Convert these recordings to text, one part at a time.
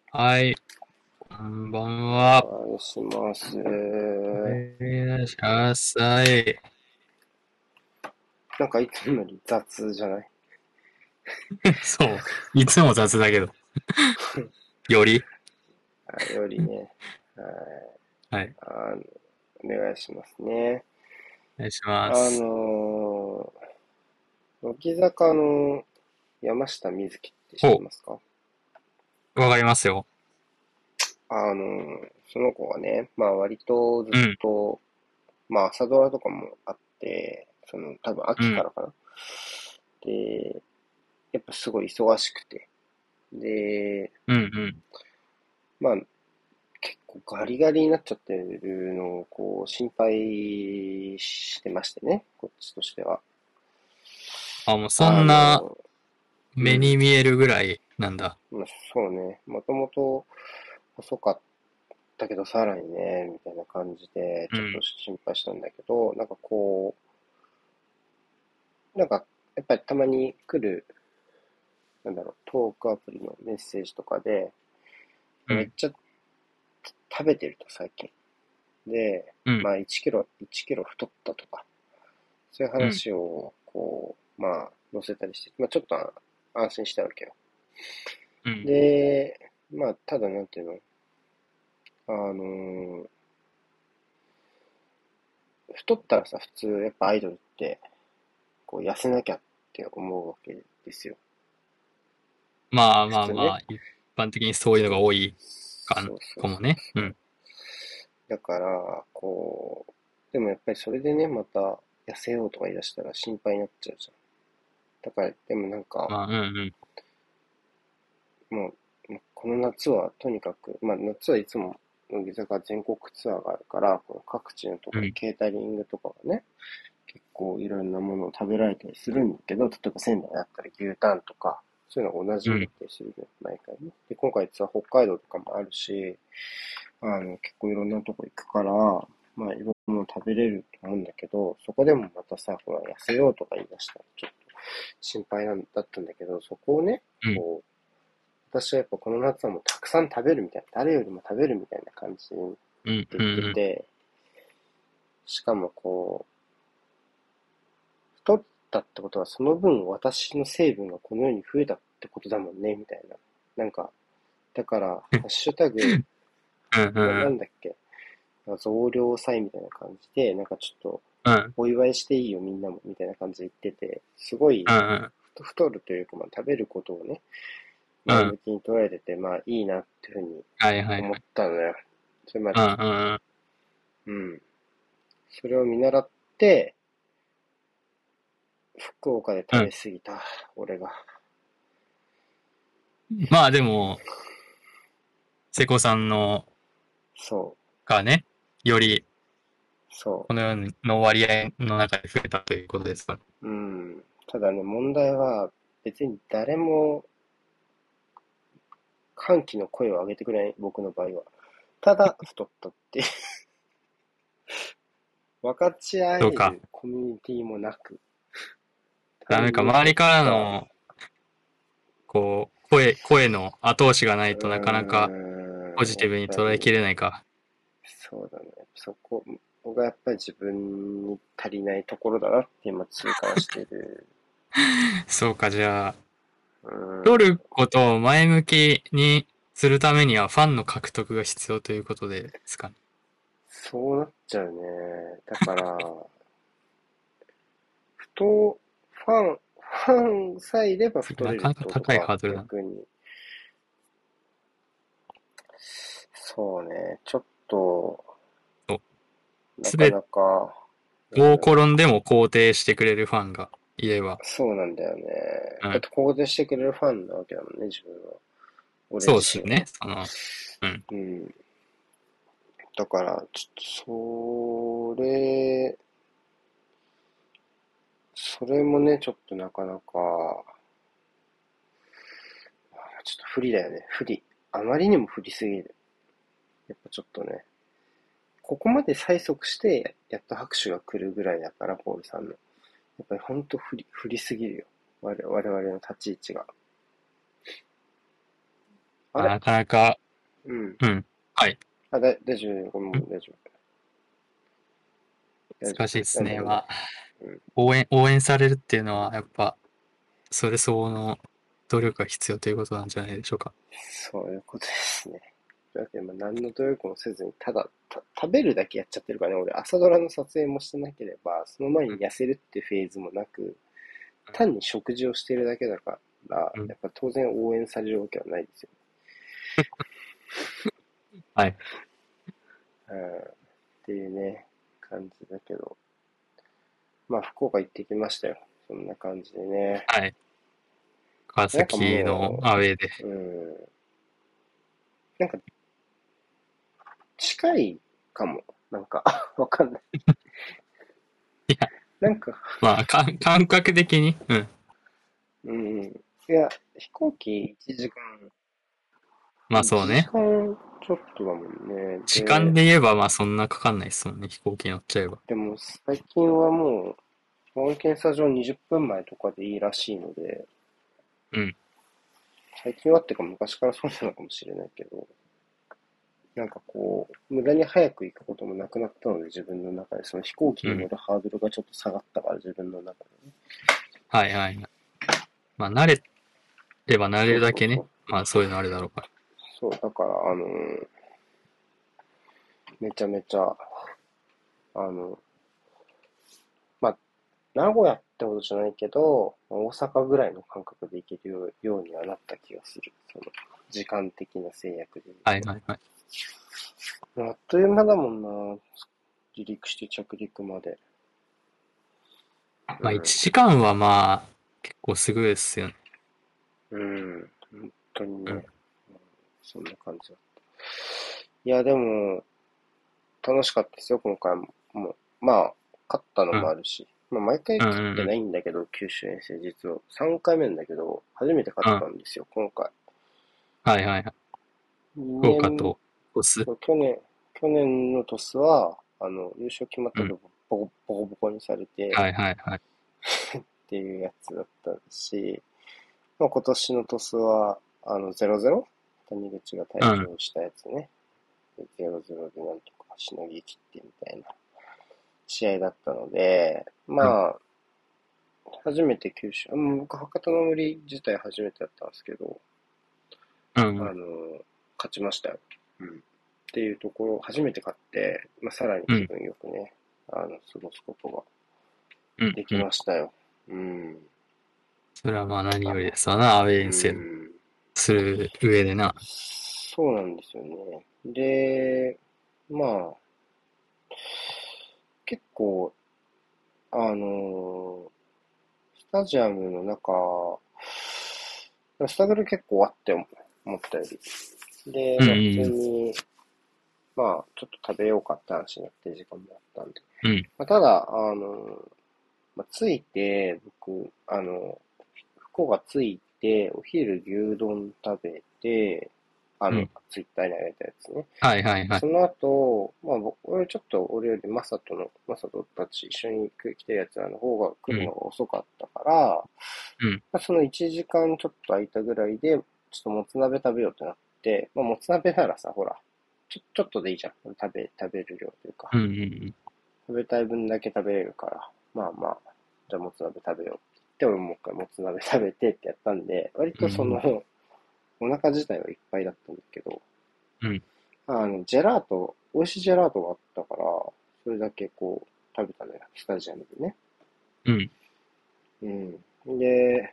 はい、こんばんおは。 願いします。 お願いします。はい。 なんかいつもより雑じゃない？ そう。いつも雑だけど。よりよりね。はい。 はい。 あの、お願いしますね。 お願いしまあす。 の乃木坂の山下美月って知ってお、 ますか？ わかりますよ。 その子がね、まあ割とずっうん、 と、まあ朝ドラとかもあって、多分うん、 秋からかな。で、やっぱすごい忙しくて。で、 うん、うん。 まあ結構ガリガリになっちゃってるのをこう心配してましてね、こっちとしては。 あ、もうそあんなの、う目ん、 に見えるぐらいなんだ。 まあ、そうね、もともと細かったけどさらにね、みたいな感じでちょっとうん、 心配したんだけど、なんかこう、なんかやっぱりたまに来る、なんだろう、トークアプリのメッセージとかで、 うん、 めっちゃ食べてると最近。で、 うん、 まあ1キロ太ったとか、そういううん、 話を、こう、まあ、載せたりして、まあ、ちょっと安心したわけよ。 うん。 で、まあ、ただ、なんていうの、あのー太ったらさ、普通、やっぱアイドルって、こう、痩せなきゃって思うわけですよ。 まあ普通ね。 まあまあ、一般的にそういうのが多いか、 そうそうそうかもね。うそう。 ん、 だから、こう、でもやっぱりそれでね、また痩せようとか言い出したら心配になっちゃうじゃん。だから、でもなんか、 まあ、うん、うん、 ももうこの夏はとにかく、まあ夏はいつも乃木坂全国ツアーがあるから、この各地のところでうん、 ケータリングとかがね、結構いろんなものを食べられたりするんだけど、例えば仙台だったら牛タンとか、そういうのが同じうん、 日だったりするのよ、毎回ね。で、今回実は北海道とかもあるし、結構いろんなとこ行くから、まあいろんなもの食べれると思うんだけど、そこでもまたさ、ほら、痩せようとか言い出したらちょっと心配だったんだけど、そこをね、 うん、 こう、私はやっぱこの夏はもうたくさん食べるみたいな、誰よりも食べるみたいな感じでうん、 言ってうん。 て、しかもこう、太ったってことはその分私の成分がこのように増えたってことだもんね、みたいな。なんか、だから、ハッシュタグ、 うん、うん、 なんだっけ、増量祭みたいな感じで、なんかちょっと、 うん、 お祝いしていいよみんなも、みたいな感じで言ってて、すごいうん、 太るというか、まあ食べることをね、 うん。 前向きに捉えてて、まあいいなっていうふうにはいはい思っはい。 たのよ。それまうん、 でちょっと。 うん、 うん。それを見習って、福岡で食べうん。 過ぎた、俺が。 まあでも、瀬古さんのそがね、よりそこの世の割合の中で増えたということですか？ う。うん。ただね、問題は、別に誰も歓喜の声を上げてくれない、僕の場合は。ただ、太ったっていう分かち合そうか。 えるコミュニティもなく、 なんか単に太っ周りからた。 の、こう、声の後押しがないとなかなかポジやっティブにぱり、 捉えきれないか。 そうだね。そこがやっぱり自分に足りないところだなって今痛感してる。 そうか、じゃあ、 うん。 取ることを前向きにするためにはファンの獲得が必要ということですかね。 そうなっちゃうね。だから、ファンさえいればそれ太れるっなかなか高いてことか、 ハードルだな。 逆に。そうね。ちょっと、 そう。すべ、 なかなか、うどうん、 転んでも肯定してくれるファンがいれば。 そうなんだよね。 うん。 だって肯定してくれるファンなわけだもんね、自分は。俺そうですよね。 自身は。 うん。 うん。だから、ちょっと、それもね、ちょっとなかなか、ちょっと不利だよね。不利。あまりにも不利すぎる。やっぱちょっとね、ここまで催促して、やっと拍手が来るぐらいだから、ポールさんの。やっぱりほんと不利すぎるよ。我々の立ち位置が。 あれなかなか、 うん。 うん。はい。 大丈夫。ごめん、大丈夫。大丈夫。 難しいですね。 なんでもない。 まあ、 うん。 応援されるっていうのは、やっぱ、それ相応の努力が必要ということなんじゃないでしょうか。 そういうことですね。だってまあ何の努力もせずに、食べるだけやっちゃってるからね。俺、朝ドラの撮影もしてなければ、その前うん、 に痩せるってフェーズもなく、 うん、 単に食事をしてるだけだから、 うん。 やっぱ当然応援されるわけはないですよ。 はい。 うん。っていうね、感じだけど。まあ、福岡行ってきましたよ。そんな感じでね。 はい。川なんか崎のもアウェーで。 う、なんか近いかも。なんかわかんない。 いや、 なんか、 まあ、感覚的に、うん。 うん。いや、飛行機1時間、 まあそう 1 ね。 時間ちょっとだもんね。 時間で言えば、まあそんなかかんないですもんね。飛行機乗っちゃえば。 でも最近はもう、保安検査場20分前とかでいいらしいので、 うん。 最近はってか昔からそうなのかもしれないけど、なんかこう、無駄に早く行くこともなくなったので、自分の中で、その飛行機うん。 に乗るハードルがちょっと下がったから、自分の中でね。 はいはいはい。まあ慣れれば慣れそうるだけね。 そうそう。 まあそういうのあるだろうから。 そう、だから、めちゃめちゃ、あの、まあ、名古屋ってほどじゃないけど、大阪ぐらいの感覚で行けるようにはなった気がする。その、時間的な制約で言うと。 はいはいはい。 あっという間だもんな、離陸して着陸まで。うまあん。 1時間はまあ結構すぐですよね。 うん。本当にね。 うん。 そんな感じだ。いや、でも、楽しかったですよ、今回も。もう、まあ、勝ったのうん。 もあるし。まあ、毎回うんう勝ってなんいんだけど、九州遠征実は。3回目なんだけど、初めて勝うん。うん。 ったんですよ、今回。 はいはいはい。福岡 2 とオス。 去年のトスは、優勝決まっうん。 たけど、ボコボコにされてはいはいはい。 っていうやつだったし、まあ、今年のトスは、0-0谷口が退うん。 場したやつね。0-0でなんとかしのぎ切ってみたいな試合だったので、 うん。 まあ、初めて九州、僕、博多の森自体初めてだったんですけど、 うん。 あの、勝ちましたよ。うん。っていうところ、初めて勝って、まあ、さらにうん。 気分よくね、過ごすことがうん。 できうん。 ましたよ。うん。 それはまあ何よりですわな。アウェーう遠征ん。 する上でな。 そうなんですよね。で、まあ、結構、あのスタジアムの中、スタグル結構あって思ったより。で、 うんまあ普通うんに、まあちょっと食べようかって話になって時間もあったんで。 うん。うん。 まあ、ただ、まあ、着いて、僕、福岡着いて、お昼牛丼食べて、 うん。 ツイッターに上げたやつね。 はいはいはい。 その後、まあ、俺よりマサトたち一緒に来たやつらの方が来うん。 るのが遅かったから、 うん。 まあ、その1時間ちょっと空いたぐらいで、ちょっともつ鍋食べようってなって、まあ、もつ鍋ならさ、ほら、ちょっとでいいじゃん。食べる量というか。 うんうん食べたい分だけ食べれるから、まあまあ、じゃあもつ鍋食べようって言って、俺もう一回もつ鍋食べてってやったんで、割うん。 とその、 うん。 お腹自体はいっぱいだったんだけど、 うん。 ジェラート、美味しいジェラートがあったから、それだけこう、食べたのよ、スタジアムでね。 うん。 うん。で、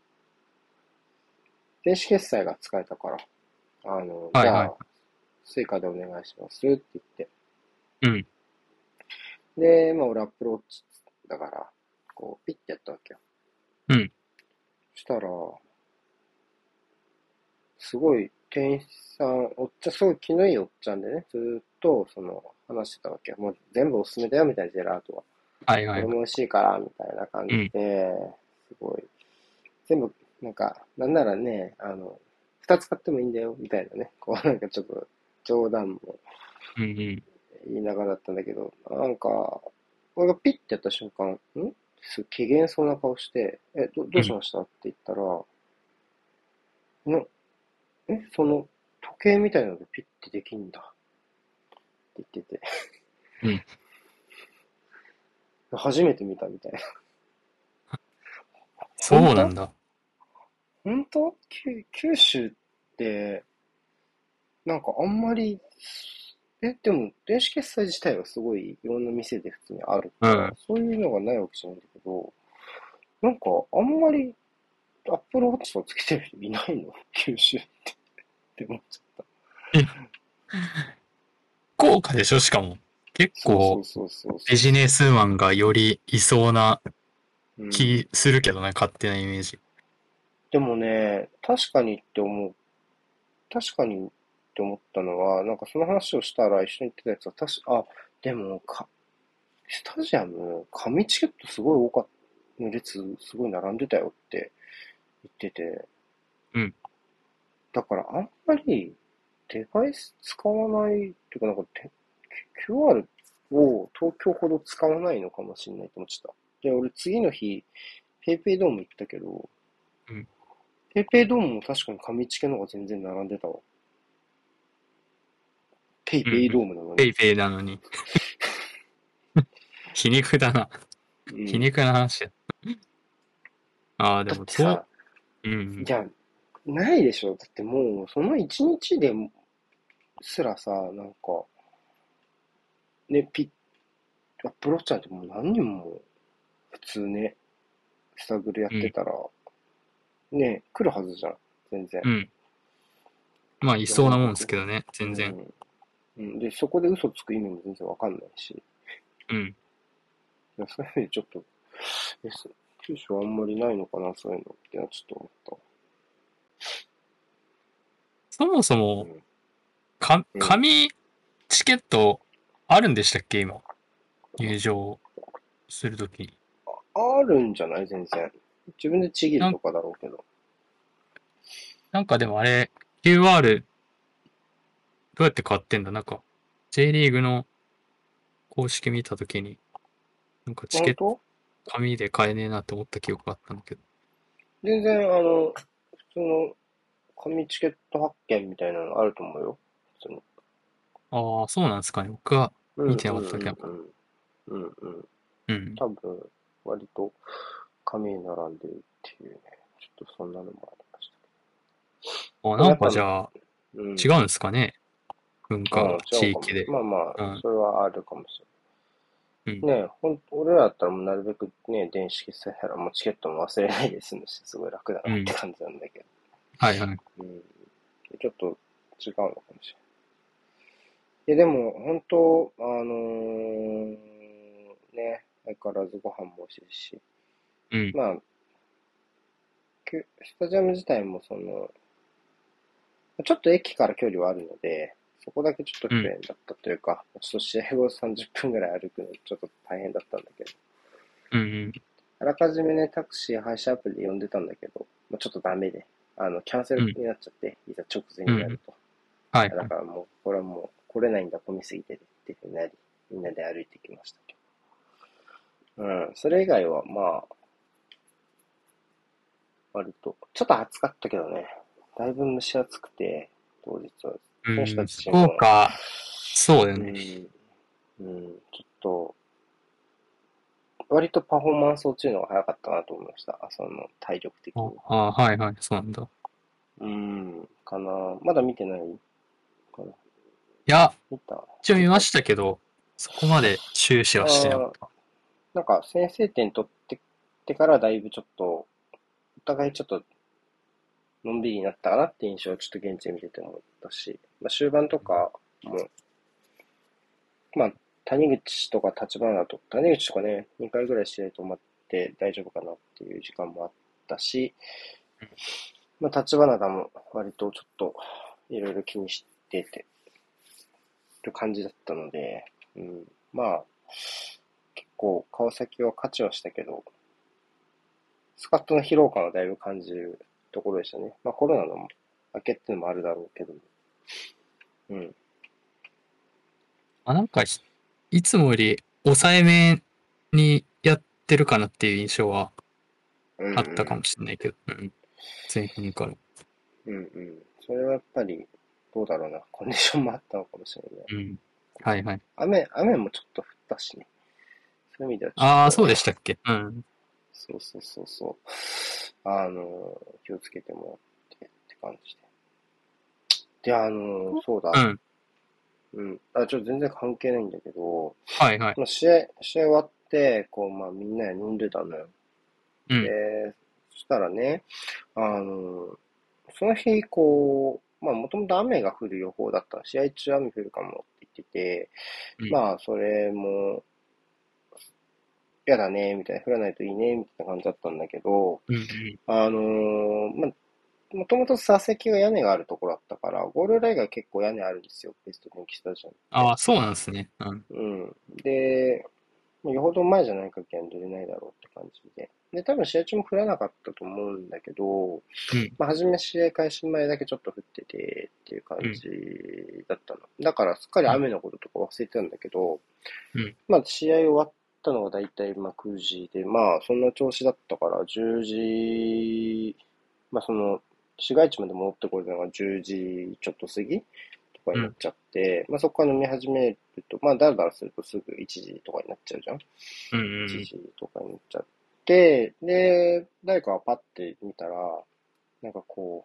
電子決済が使えたから、じはいはい。 ゃあ、スイカでお願いしますって言って。 うん。 で、まあ俺アップルウォッチだから、こう、ピッてやったわけよ。 うん。 そしたら、すごい店員さん、すごい気のいいおっちゃんでね、ずーっと、話してたわけよ。もう全部おすすめだよ、みたいなジェラートは。これも美はいはいはい。 味しいから、みたいな感うん。 じで、すごい、全部、なんか、なんならね、二つ買ってもいいんだよ、みたいなね、こう、なんかちょっと、冗談もうんうん。 言いながらだったんだけど、なんか、俺がピッてやった瞬間、機嫌そうな顔して、どうん。 うしましたって言ったら、んその、時計みたいなのでピッてできんだって言ってて、 うん。 初めて見たみたいな。本当そうなんだ。 本当九州って、なんかあんまり、でも、電子決済自体はすごいいろんな店で普通にあるから、 うん。 そういうのがないわけじゃないんだけど、なんかあんまりアップルウォッチとかつけてる人いないの九州って思っちゃった。 え、福岡でしょしかも。結そうそ構うそうそうビそうそジネスマンがよりいそうなう。うん。 気するけどね、勝手なイメージ。 でもね、確かにって思ったのは、なんかその話をしたら一緒に行ってたやつはでもスタジアム、紙チケットすごい多かった、列すごい並んでたよって言ってて、 うん。 だからあんまりデバイス使わない、っていうかなんかQR を東京ほど使わないのかもしれないと思ってた。で、俺次の日、ペイペイドーム行ったけど、 うん。 ペイペイドームも確かに紙チケの方が全然並んでたわ。ペイペイうん。 ドームなのに。 ペイペイなのに。皮肉だな。皮うん。 肉な話だ。ああ、でもそだってさ、 う。うん。 じゃあ、ないでしょ。だってもう、その一日ですらさ、なんか、ね、アップローチャーってもう何人も普通ね、スタグルやっうん。 てたら、ね、来るはずじゃん。全然。 うん。まあ、いいや、 そうなもんですなんかけどね、 う全然。 ん。うん。で、そこで嘘つく意味も全然わかんないし。いうん。 や、そういう意味でちょっと、九州はあんまりないのかな、そういうのってのはちょっと思ったわ。 そもそも、 うん。うん。 紙チケットあるんでしたっけ今。入場するときに。 あるんじゃない全然。自分でちぎるなんとかだろうけど。 なんかでもあれ、QR どうやって買ってんだなんか、J リーグの公式見たときに、なんかチケット、 本当紙で買えねえなって思った記憶があったんだけど。 全然、普通の紙チケット発券みたいなのあると思うよ。普通に。 ああ、そうなんですかね。僕はうんう見てなかっただけなのかんうんうん。うんうん。 な。うん。 多分、割と紙に並んでるっていうね。ちょっとそんなのもありましたあ、 けど。 なんやっぱ、 かじゃあ、 うん。 違うんですかね。文うん、 化が、 違うかも。 地域で。 まあまあ、 うん。 それはあるかもしうん。 れない。ねえ、俺らだったらもうなるべくね、電子決済したらもうチケットも忘れないで済むし、すごい楽だうん。 なって感じなんだけど。 はいはい。 うん。ちょっと違うのかもしれない。いや、でも、本当、ね、相変わらずご飯も美味しいし、 うん。 まあ、スタジアム自体もちょっと駅から距離はあるので、そこだけちょっとうん。 不便だったというか、ちょっと試合後30分ぐらい歩くのちょっと大変だったんだけど、 うん。うん。 あらかじめね、タクシー配車アプリで呼んでたんだけど、ちょっとダメで、キャンセうん。 ルになっちゃって、いざ直前うん。 になると。 はいはい。 だからもう、これはもう、来れないんだ、混みすぎてるっていうふうになり、みんなで歩いてきましたけど。うん、それ以外は、まあ、割と、ちょっと暑かったけどね、だいぶ蒸し暑くて、当日は、選手たうん。福ちも、 岡、そうだよね。 うん、うん、ちょっと、割とパフォーマンス落ちるのが早かったなと思いました。体力的に。 はいはい。そうなんだ。 かな。まだ見てないかな。 いや、 見た一応見ま見たしたけど、そこまで終始はしてなかああ、 った。 なんか先制点取ってからだいぶちょっと、お互いちょっとのんびりになったかなって印象をちょっと現地で見てて思ったし、まあ、終盤とかも、まあ、谷口とかね、2回ぐらい試合止まって大丈夫かなっていう時間もあったし、まあ、立花田も割とちょっといろいろ気にしててる感じだったので、うん、まあ、結構川崎は勝ちはしたけど、スカットの疲労感はだいぶ感じるところでしたね。まあコロナの明けっていうのもあるだろうけど、うん。 なんかいつもより抑えめにやってるかなっていう印象はうんうあったかん。 もしれないけど、うん。前半から。 うんうん。 それはやっぱり、どうだろうな。コンディションもあったのかもしれない。 うん。はいはい。 雨もちょっと降ったしね。そういう意味ではちああ、 ょっと、 そうでしたっけ？うん。 そうそうそうそう。気をつけてもらってって感じで。で、そうだ。 うん。 うん。あ、ちょっと全然関係ないんだけど、 はいはい。 まあ試合終わって、こう、まあみんなで飲んでたのよ。 うん。 で、そしたらね、あの、その日、こう、まあもともと雨が降る予報だったの。試合中雨降るかもって言ってて、 うん。 まあそれも、嫌だね、みたいな、降らないといいね、みたいな感じだったんだけど、 うん。うん。 まあ、もともと座席が屋根があるところだったから、ゴールラインが結構屋根あるんですよ、ベスト電気スタジアムって。 ああ、そうなんですね。うん。 うん。で、よほど前じゃない限りは出れないだろうって感じで。で、多分試合中も降らなかったと思うんだけど、 うん。 まあ、初め試合開始前だけちょっと降っててっていう感うん。 じだったの。だからすっかりうん。 雨のこととか忘れてたんだけど、 うん。 まあ試合終わったのがだいたいまあ9時で、まあそんな調子だったから10時、まあ市街地まで戻ってこれたのが10時ちょっと過ぎとかうん。 になっちゃって、まあそこから飲み始めると、まあだらだらするとすぐ1時とかになっちゃうじゃん。 うん。 1 うん。 時とかになっちゃって、で、誰かがパッて見たら、なんかこ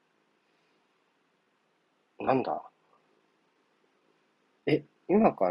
なんだ、今から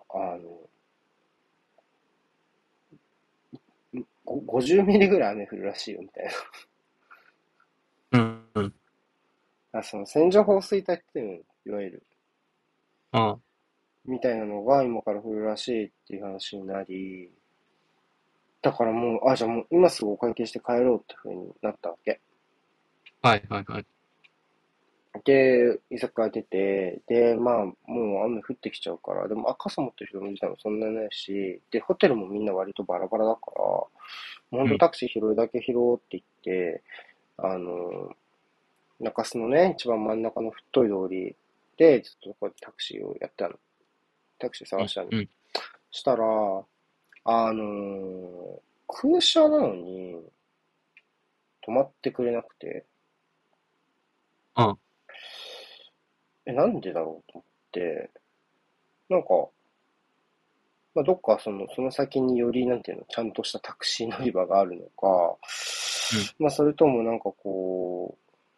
、50ミリぐらい雨降るらしいよ、みたいうん。うん。 な。その線状降水帯っていうの、いわゆる、 ああ、 みたいなのが今から降るらしいっていう話になり、だからもう、じゃあもう今すぐお会計して帰ろうって風になったわけ。 はいはいはい。 で、居酒屋出て、で、まあ、もう雨降ってきちゃうから、でも傘持ってる人もいたのそんなにないし、で、ホテルもみんな割とバラバラだから、もうほんうん。 とタクシー拾うだけ拾おうって言って、あの、中洲のね、一番真ん中の太い通りで、ずっとこうやってタクシーをやったの。タクシーうん。 探したの。 うん。 したら、空車なのに止まってくれなくて、 ああ、 なんでだろうと思って、なんか、まあ、どっかその先により、なんていうの、ちゃんとしたタクシー乗り場があるのか、 うん。 まあ、それともなんかこ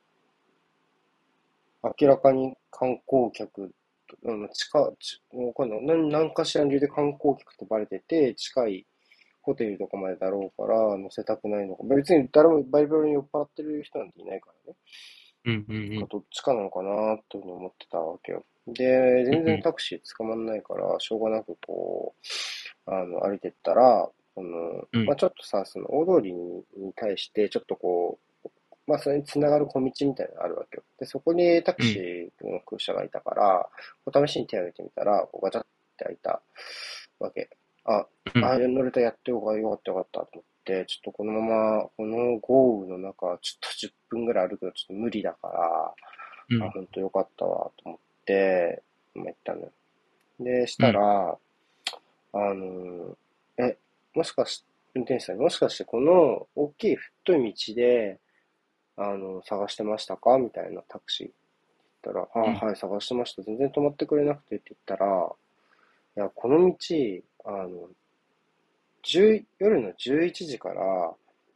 う、明らかに観光客、わかんない。何かしらの理由で観光客とバレてて、近いホテルとかまでだろうから、乗せたくないのか。別に誰もバリバリに酔っ払ってる人なんていないからね。 うん。うん。うん。 どっちかなのかなというふうに思ってたわけよ。で、全然うん。 タクシー捕まんないから、しょうがなくこう、歩いてったら、まあ、ちょっとさ、その大通りに対して、ちょっとこう、まあ、それに繋がる小道みたいなのがあるわけよ。で、そこにタクシうん。 ーの空車がいたから、こう試しに手を挙げてみたら、こうガチャって開いたわけ。あ、 うん。 乗れた、やってよかったよかったと思って、ちょっとこのまま、この豪雨の中、ちょっと10分ぐらい歩くのちょっと無理だから、 うん。 ほんとよかったわ、と思って、まあ、行ったのよ。で、しうん。 たら、あの、え、もしかし、運転手さん、もしかしてこの大きい太い道で、探してましたかみたいなタクシー。言ったら、 うん。 はい、探してました。全然止まってくれなくてって言ったら、いや、この道、夜の11時から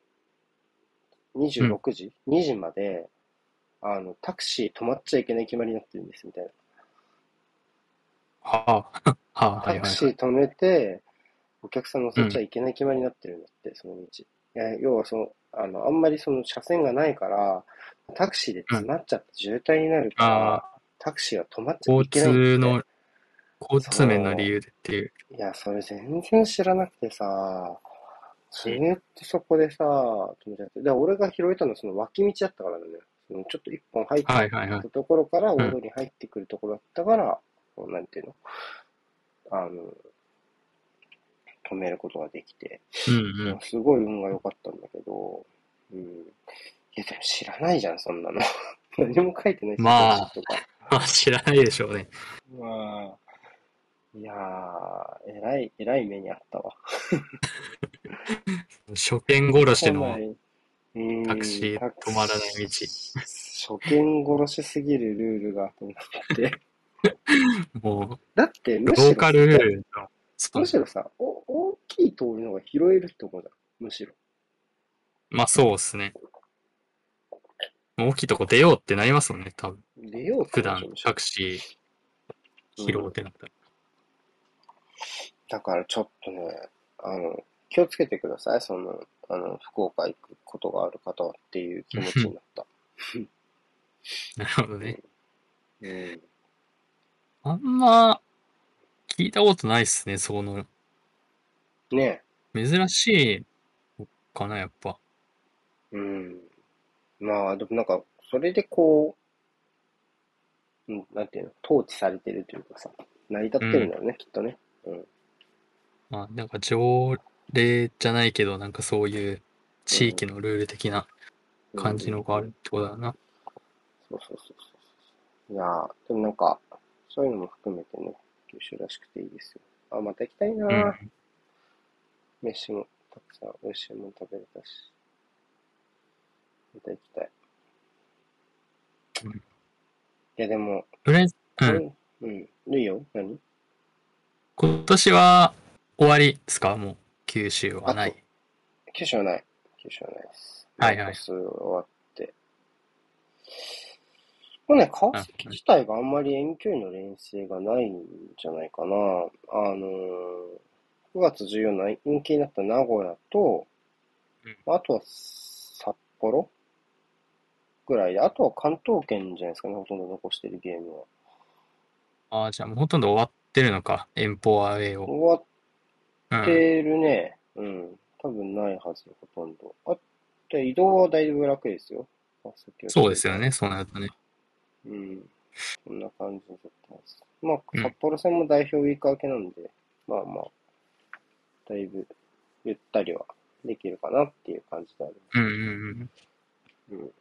26 うん。 時 ?2 時まで、タクシー止まっちゃいけない決まりになってるんです、みたいな。 はあ、はあ、はタいはいはい。 クシー止めて、お客さん乗うん。 せちゃいけない決まりになってるんだって、その道。要はあんまりその車線がないから、タクシーでうん。 詰まっちゃって渋滞になるから、 ああ、 タクシーは止まっちゃ交いけないんだって。 通の、交通面の理そ由でっていう。 う。いや、それ全然知らなくてさ、ずうん。 ーっとそこでさ、止めちゃって。で、俺が拾えたのはその脇道だったからね。そのちょっと一本入っはいはいはい。 たところからうん。 大通りに入ってくるところだったから、こうなんていうの、あの、止めることができて、 うんうん。 すごい運が良かったんだけど、うん。いや、でも知らないじゃん、そんなの。何も書いてないし、標まあ、 識とか。 まあ知らないでしょうね。 まあ、いやえらい目にあったわ。 初見殺しの来ない。 タクシータク止まらない道。 シ初見殺しすぎるルールがと思って。 もだってう、 むしろさ、 ローカルルールの、そう。 むしろさ、大きい通りの方が拾えるって思うじゃん。むしろ。 まあそうですね。大きいとこ出ようってなりますもんね、多分。 出ようって普思うでしょ、むしろ。 段タクシー拾うっうん。 てなったら。 だからちょっとね、気をつけてください。福岡行くことがある方はっていう気持ちになった。 なるほどね。 うん。 あんま聞いたことないっすね、その、 ね珍しいのかな、やっぱ。 え。うん。まあ、でもなんか、それでこう、うん、なんていうの、統治されてるというかさ、成り立うん。 ってるんだよね、きっとね。うん。 まあ、なんか条例じゃないけど、なんかそういううん。 地域のルール的なうん。うん。 感じのがあるってことだな。 そうそうそうそう。いやー、でもなんか、そういうのも含めてね、九州らしくていいですよ。あ、また行きたいなー。 うん。 飯もたくさん美味しいもの食べれたし、また行きたい。 うん。 いやでも、 とりあえず、うん。 こう、うん、いいよ。何？ 今年は終わりですか？もう、九州はあと、 ない。 九州はない。九州はないです。もうはいはい。 鳥栖終わって。もうね、川うん。 崎自体があんまり遠距離の連成がないんじゃないかな。9月14日延期になった名古屋と、 うん。 あとは札幌ぐらいで、あとは関東圏じゃないですかね、ほとんど残してるゲームは。 ああ、じゃあもうほとんど終わってるのか。遠方アウェイを。 終わっうん。 てるね。うん。多分ないはず、ほとんど。移動はだいぶ楽ですよ。川崎は一人である。 そうですよね、そうなるとね。 うん。こんな感じだったんです。まあ、 うん。 札幌戦も代表ウィーク明けなんで、まあまあ、だいぶゆったりはできるかなっていう感じでありまうんうすけんうん。 ど。うん。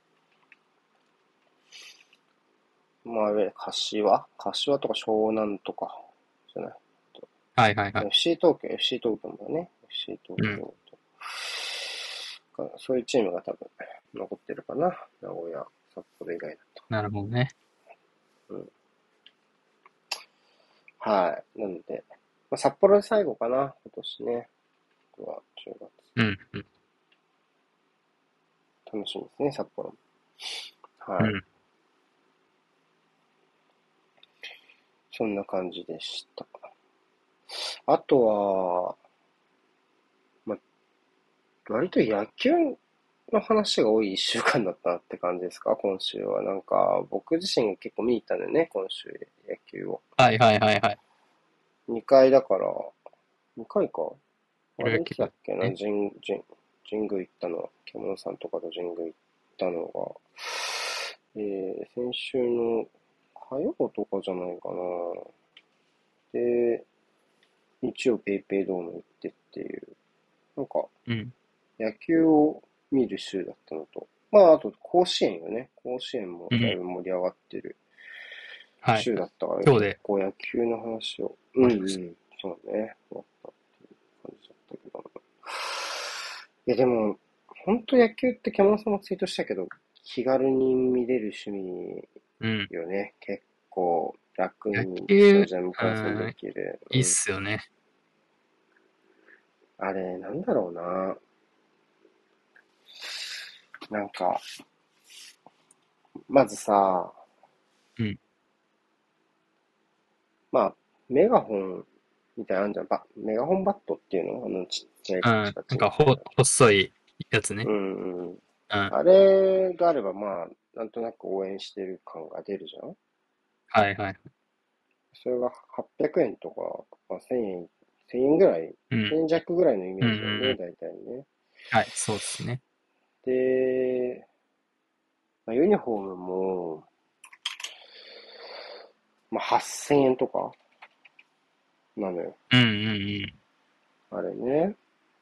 まあ、柏とか湘南とか、じゃない。 はいはいはい。 FC 東京もだね。FC 東うん。 京そういうチームが多分残ってるかな。名古屋、札幌以外だと。 なるほどね。 うん。はい。なので、まあ、札幌で最後かな、今年ね。あとは10月。 うん。うん。 楽しみですね、札幌も。はい。 うん。 そんな感じでした。あとは、まあ、割と野球の話が多い一週間だったなって感じですか、今週は。なんか、僕自身結構見に行ったんだよね、今週、野球を。 はいはいはいはい。 2回だから、2回か。 プロ野球あれいつだっけな、 ね。 神宮行ったのは、獣さんとかと神宮行ったのが、先週の火曜とかじゃないかな。で、日曜ペイペイドーム行ってっていう、なんか、 うん。 野球を見る週だったのと、まあ、あと甲子園よね。甲子園もうん。 だいぶ盛り上がってる週はいはい。 だったから、 今日で結構野球の話を、うんう終わりました。 ん、そうね、終わったっていう感じだったけど。いやでも、本当野球って山本さんもツイートしたけど、気軽に見れる趣味うん。 よね。結構楽野にスタ球、 ジアムう観戦でん、 きる。 いいっうん。 すよね。 あれ、なんだろうな。なんか、まずさ、 うん。 まあ、メガホンみたいなのあんじゃん。メガホンバットっていうのちっちゃいうん。 カチカチみなんか、 たいな。 細いやつね。 うんうん。 うん。 あれがあれば、まあ、なんとなく応援してる感が出るじゃん。 はいはい。 それが800円とか、まあ、1000円ぐらい、 うん。 1000円弱ぐらいのイうんメージだよね、 うんうん。 大体ね。 はい、そうっすね。 で、まあ、ユニフォームも、まあ、8000円とかなのよ。 うんうんあれね。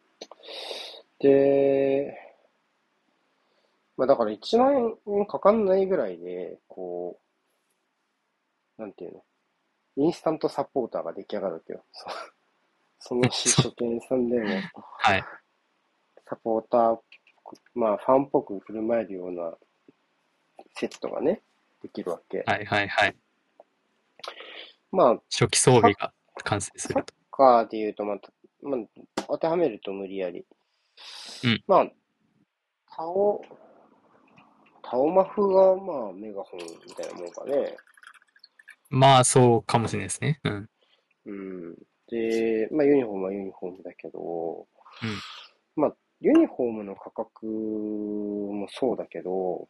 で、まあだから1万円かかんないぐらいで、こう、なんていうの、インスタントサポーターが出来上がるわけよ。そうん。 のそう。 書店さんでも、 はい。 サポーター、まあファンっぽく振る舞えるようなセットがね、できるわけ。 はいはいはい。 まあ、 初期装サッ、 備が完成すサッると。 カーで言うと、当てはめると無理やり。 うん。 まあ、タオ、タオマフが、まあ、メガホンみたいなもんかね。 まあ、そうかもしれないですね。うん。 うん。で、まあ、ユニフォームはユニフォームだけど、 うん。 まあ、ユニフォームの価格もそうだけど、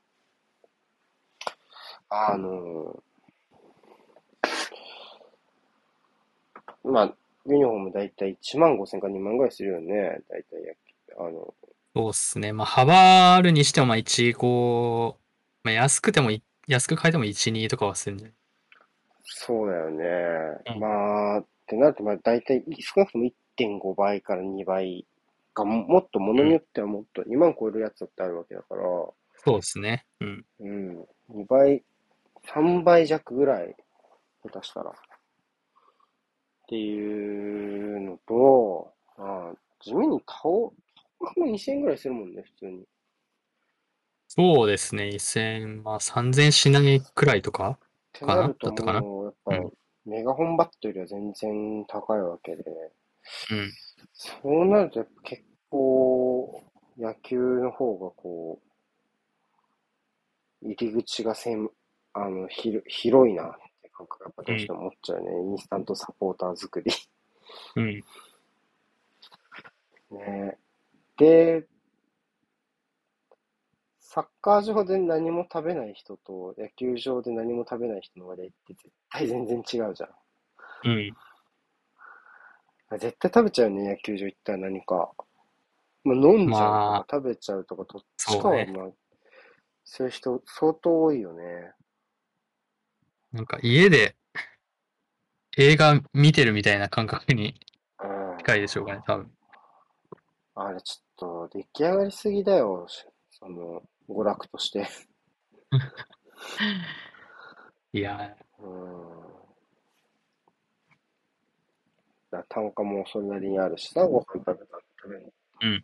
あの、まあ、ユニフォームだいたい1万5千か2万ぐらいするよね。だいたいそうっすね。まあ、幅あるにしても、まあ、まあ、安く買えても1、2とかはするんじゃない？ そうだよね。 うん。 まあ、ってなると、まあ、だいたい少なくとも1.5倍から2倍か、もっとものうん。 によってはもっと2万超えるやつだってあるわけだから、 そうですね。うん。 うん、2倍、3倍弱ぐらい、下手したら。っていうのと、まあ、地味にも2000円ぐらいするもんね、普通に。っそうですね。1000、まあ、3000しないくらいとかかなてなるとだったかな？ もう、やっぱ、 うん。 メガホンバットよりは全然高いわけで、 うん。 そうなるとやっぱ結構、野球の方が入り口が広いなって感覚がやっぱうん。 どうしても思っちゃうね。インスタントサポーター作り。 うん。 ね。で、サッカー場で何も食べない人と野球場で何も食べない人の割合って絶対全然違うじゃん。 うん。 絶対食べちゃうね、野球場行ったら何か。まあ、飲んじゃうとまあ、 か食べちゃうとか、どっちかはそうね。 まあ、そういう人相当多いよね。 なんか家で映画見てるみたいな感覚にうん。 近いでしょうかね、多分。 あれちょっと出来上がりすぎだよ。娯楽として。 いやうん。単価もそれなりにあるしさ、ご飯食べるー、うん。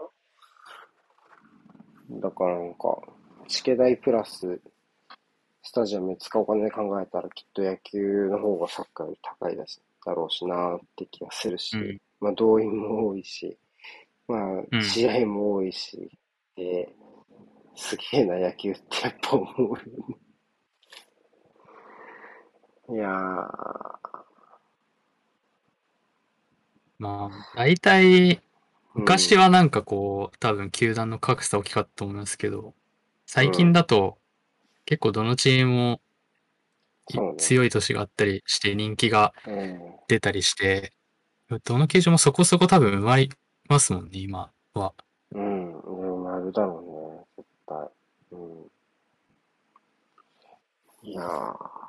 の。だからチケ代プラス、スタジアムに使うお金で考えたら、きっと野球の方がサッカーより高いだろうしなって気がするし、 うん。 まあ動員も多いし、まあうん。 試合も多いし、で、すげえな野球ってやっぱ思うよね。いやー、 まあ、大体、 うん、 昔はなんかこう、多分球団の格差大きかったと思いますけど、最近うん、 だと結構どのチームもそうね。 強い年があったりして人気がうん、 出たりして、どの球場もそこそこ多分埋まりますもんね、今は。 うん、なるだろうね、絶対。うん。いやー、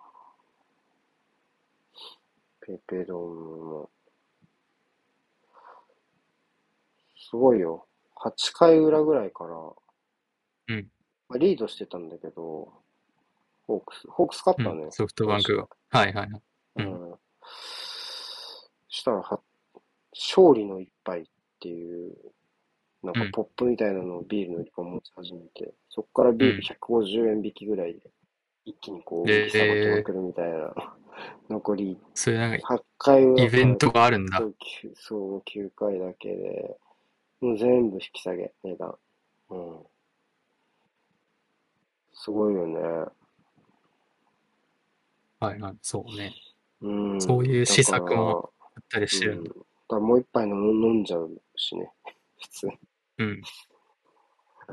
ペイペイドームも、すごいよ。8回裏ぐらいから、 うん。 まあ、リードしてたんだけど、ホークス勝っうん。 たね、 ソフトバンクが。 今週。 はいはいはい。うん。 うん。したら勝利の一杯っていう、 うん。 ポップみたいなのをビールの一本持ち始めて、そこからビールうん。 150円引きぐらいで、一気に運気さばきまで、 くるみたいな。残りそういうなんか 8回裏からイベントがあるんだ。 そう9回だけで、もう全部引き下げ、値段。うん。すごいよね。 はいはい。そうね。 うん。 そういう施だから、 策もあったりしてるんだ。 うん。もう一杯飲んじゃうしね。普通。 うん。 うん。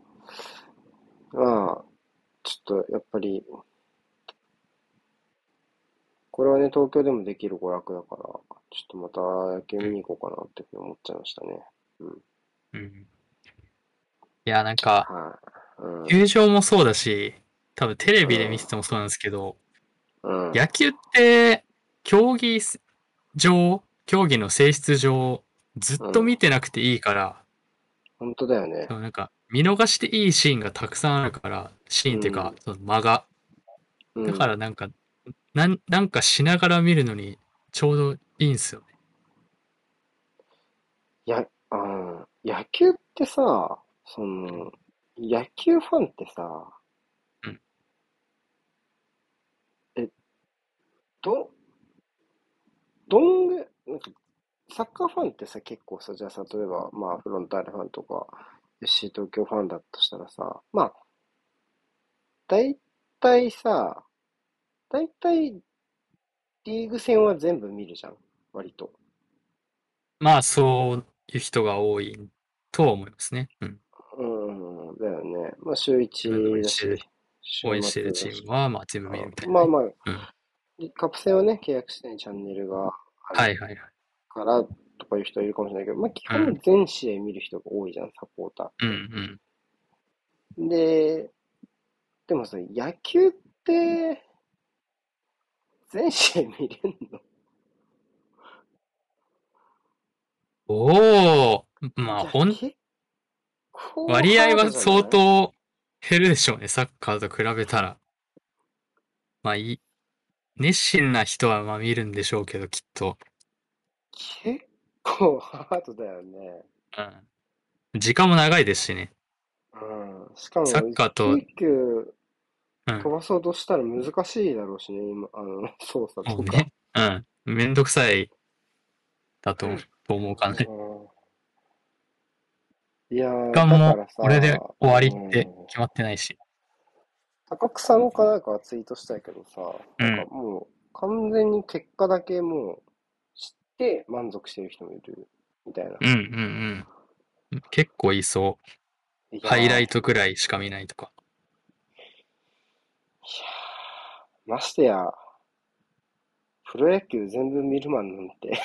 まあ、ちょっとやっぱり、これはね、東京でもできる娯楽だから、ちょっとまた野球うん。 見に行こうかなってふうに思っちゃいましたね。うん。 うん。いや、なんか、 はい。うん。 球場もそうだし、多分テレビで見うん。 ててもそうなんですけど、 うん。 野球って競技競技の性質上、ずっうん。 と見てなくていいから、 本当だよね。 そのなんか、見逃していいシーンがたくさんあるから、シーンっていうか、 うん。 その間が。だかうん。 らなんか、なんかしながら見るのにちょうどいいんすよね。 野球ってさ、野球ファンってさ、 ど、どんぐ、なんか、サッカーファンってさ、結構さ、じゃあさ、例えば、まあ、フロンターレファンとか、FC 東京ファンだとしたらさ、まあ、大体さ、大体リーグ戦は全部見るじゃん。割と。 まあ、そういう人が多いとは思いますね。うん。 うん、だよね。まあ、週自分の 1だし、週応援してる末だし。 チームは、まあ、全部見るみたいなね。 まあまあ、 うん。 カップ戦はね、契約してないチャンネルがあるはいはいはい。 からとかいう人いるかもしれないけど、まあ基うん。 本全試合見る人が多いじゃん、サポーターっうんうて。 ん。 で、でもさ、野球って全試合見れんの？ おお、まあ、 いや、結構割合ハードは相じゃない？ 当減るでしょうね。サッカーと比べたら。まあ、熱心な人はまあ見るんでしょうけど、きっと。 結構ハードだよね。 うん。時間も長いですしね。 うん。しかサッも、一カーと、 球一球うん。 飛ばそうとしたら難しいだろうしね、今、操作とか。 もうね。うん。めんどくさいだと思うかうらね。 ん。いや時ー、 間もだからさ、 これで終わりっうん。 て決まってないし。 高草のかなんかはツイートしたけどさ、なんかうん。 もう完全に結果だけもう知って満足してる人もいるみたいな。 うんうんうん。結構いそう。 いやー、 ハイライトくらいしか見ないとか。 ましてや、プロ野球全部見るマンなんて、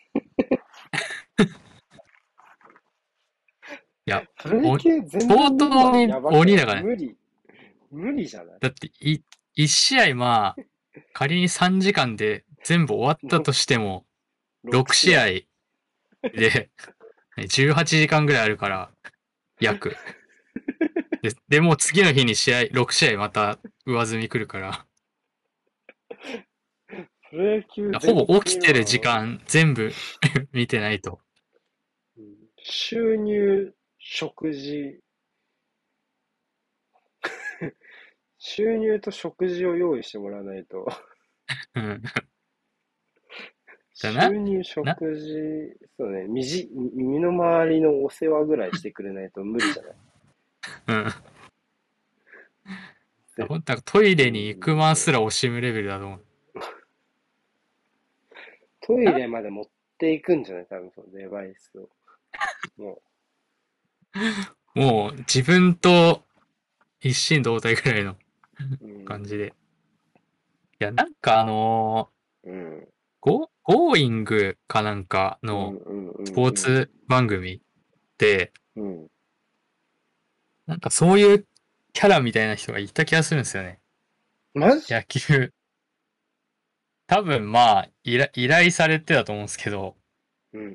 いや、 プロ野お、 球全部相見るマン当にやばくない？ 鬼だからね。 無理じゃない？ だって、一試合まあ、仮に3時間で全部終わったのとしても、 6 6 試合。 試合で18時間ぐらいあるから、約。で、もう次の日に6試合また上積み来るから、 プロ野球ほ全部ぼ起きてる時見るマン、 間全部見てないと。 収入、食事、収入と食事を用意してもらわないと。 うん。だな、 収入、 な、 食事、そうね、身の回りのお世話ぐらいしてくれないと無理じゃない？ うん。 で、 本当はトイうレに行く間すん、 ら惜しむレベルだと思う。 トイレまで持っていくんじゃない？多分そのデバイスを。ももう自分と一心同体ぐらいのう、うん、 感じで。いや、なんかうん、 ゴーイングかなんかうん、 のうん、うスポーん、 ツ番組で、 うん。 なんかそういうキャラみたいな人がいた気がするんですよね。 マジ？ 野球。多分まあ、依頼されてたと思うんですけど、 うん、うん、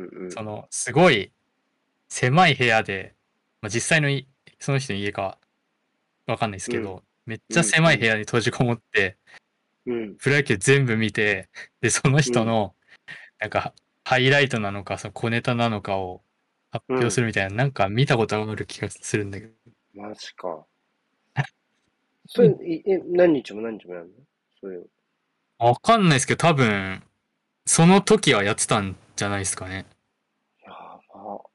うん、 すごい狭い部屋で、まあ、実際のその人の家かわかんないですうん、 けど、めっうん、 ちゃ狭い部うん、 屋に閉じこもって、 うん、 プロ野球全部見て、で、そのうん、 人の、なんか、ハイライトなのか、その小ネタなのかを発うん。 表するみたいな、なんか見たことがある気がするんだけど。 マジか。それ、何日も何日もやるの？それを。 わかんないですけど、多分、その時はやってたんじゃないですかね。 やば。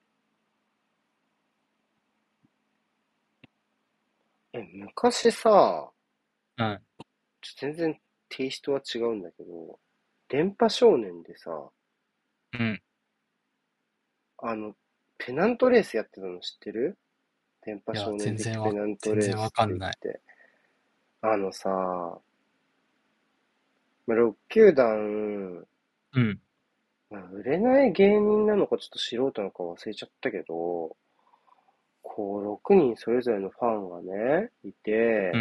昔さ、 うん。 全然テイストは違うんだけど、電波少年でさ、 うん。 あの、ペナントレースやってたの知ってる？電波いや、 少年的ペナント全然わレースって言っかんない。 て。さ、まあ、6球団、 うん。 まあ、売れない芸人なのかちょっと素人なのか忘れちゃったけど、こう、6人それぞれのファンがね、いて、 うん。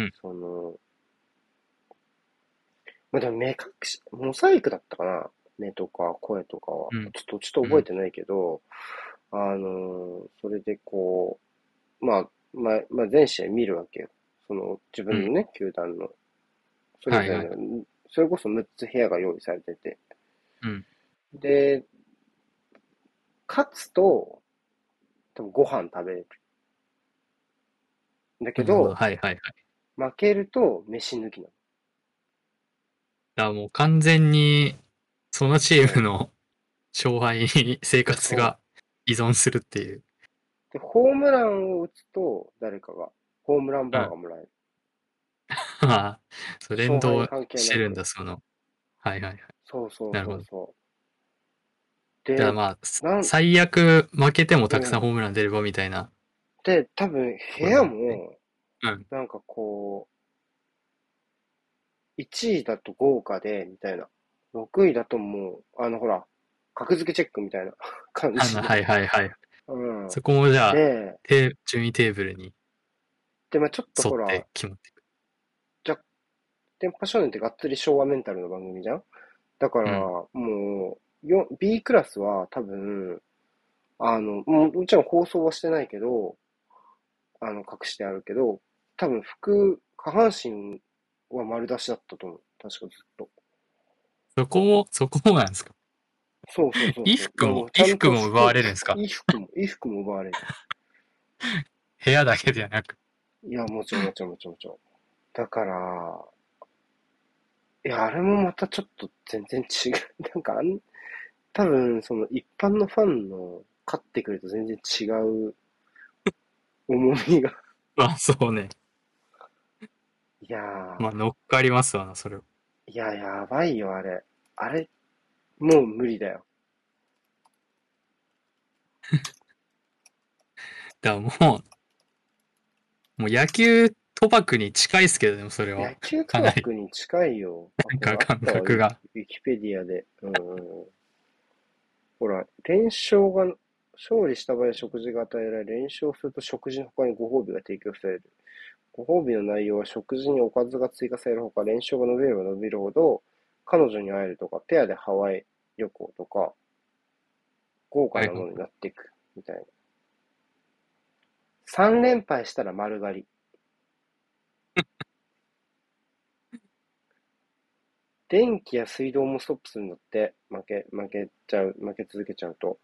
まあ、でも目隠し、モザイクだったかな？目とか声とかは。 うん。 ちょっとうん。 覚えてないけど、それでこう、まあ、全試合見るわけよ。自うん。 分のね、球団の、それはいはい。 ぞれの、それこそ6つ部屋が用意されてて。 うん。 で、勝つと、多分ご飯食べれる。だけなるほど。 ど、 はいはいはい。 負けると飯抜きなの。 だからもう完全に、そのチうん。 ームの勝敗に生いや、そ活が依存するっていう。 う。で、ホームランを打つと、誰かが、ホームランうん。 バーがもらえる。 まあ、そう、連勝敗に動関係なく。 してるんだ、その。はいはいはい。 そうそうなるほど。 そうそう。 じゃあで、 まあ、 なん、 最悪負けてもたくさんホうん。 ームラン出ればみたいなで、多分部ところ屋なんですね。 も、 うん。 なんかこう、1位だと豪華で、みたいな。6位だともう、ほら、格付けチェックみたいな感じで。 はいはいはい。 うん。 そこもじゃあ、 で、 順位テーブルにまあちょっとほら、 沿って決まっていく。 若電波少年ってがっつり昭和メンタルの番組じゃん。だから、 うん。 もう、B クラスは多分、もちろん放送はしてないけど、隠してあるけど、多分下半身は丸出しだったと思う。確かずっと。 そこもなんですか？ そうそうそうそう。だからもうちゃん衣服も奪わとれるんですか？ 衣服も奪われる。 部屋だけではなく。 いや、もちろんもちろんもちろんもちろん。だから、いや、あれもまたちょっと全然違う。なんか多分、その一般のファンの勝ってくると全然違う重みが。 まあそうね。 いやまあ乗っかりますわな、それは。 いや、やばいよ、あれ。あれ、もう無理だよ。 だからもう野球賭博に近いですけどね、それは。 野球かなり、 賭博に近いよ。あ、これあっなんか感たわ、 覚が。 ウィキペディアで。うんうん。ほら、勝利した場合食事が与えられ、連勝すると食事の他にご褒美が提供される。ご褒美の内容は食事におかずが追加されるほか、連勝が伸びれば伸びるほど、彼女に会えるとか、ペアでハワイ旅行とか、豪華はいはい。 なものになっていく、みたいな。3連敗したら丸刈り。電気や水道もストップするんだって。負け続けちゃうと。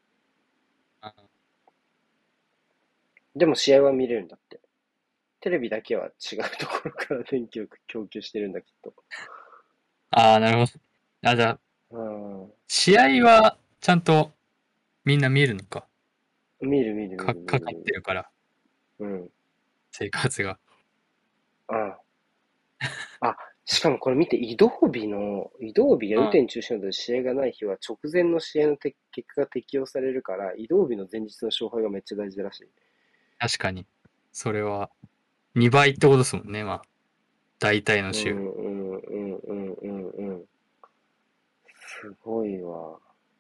でも試合は見れるんだって。テレビだけは違うところから電気を供給してるんだ、きっと。 ああ、なるほど。あ、じゃあ、 うん。 試合はちゃんとみんな見るのか。 見る見る見る見かかっる見る。 てるから、 うん。 生活が。 ああ、しかもこれ見て、移動日や雨うん。 天中止などで試合がない日は直前の試合の結果が適用されるから、移動日の前日の勝敗がめっちゃ大事らしい。 確かに。それは2倍ってことですもんね、まあ。大体の週。 うんうんうんうんうんうん。すごいわ。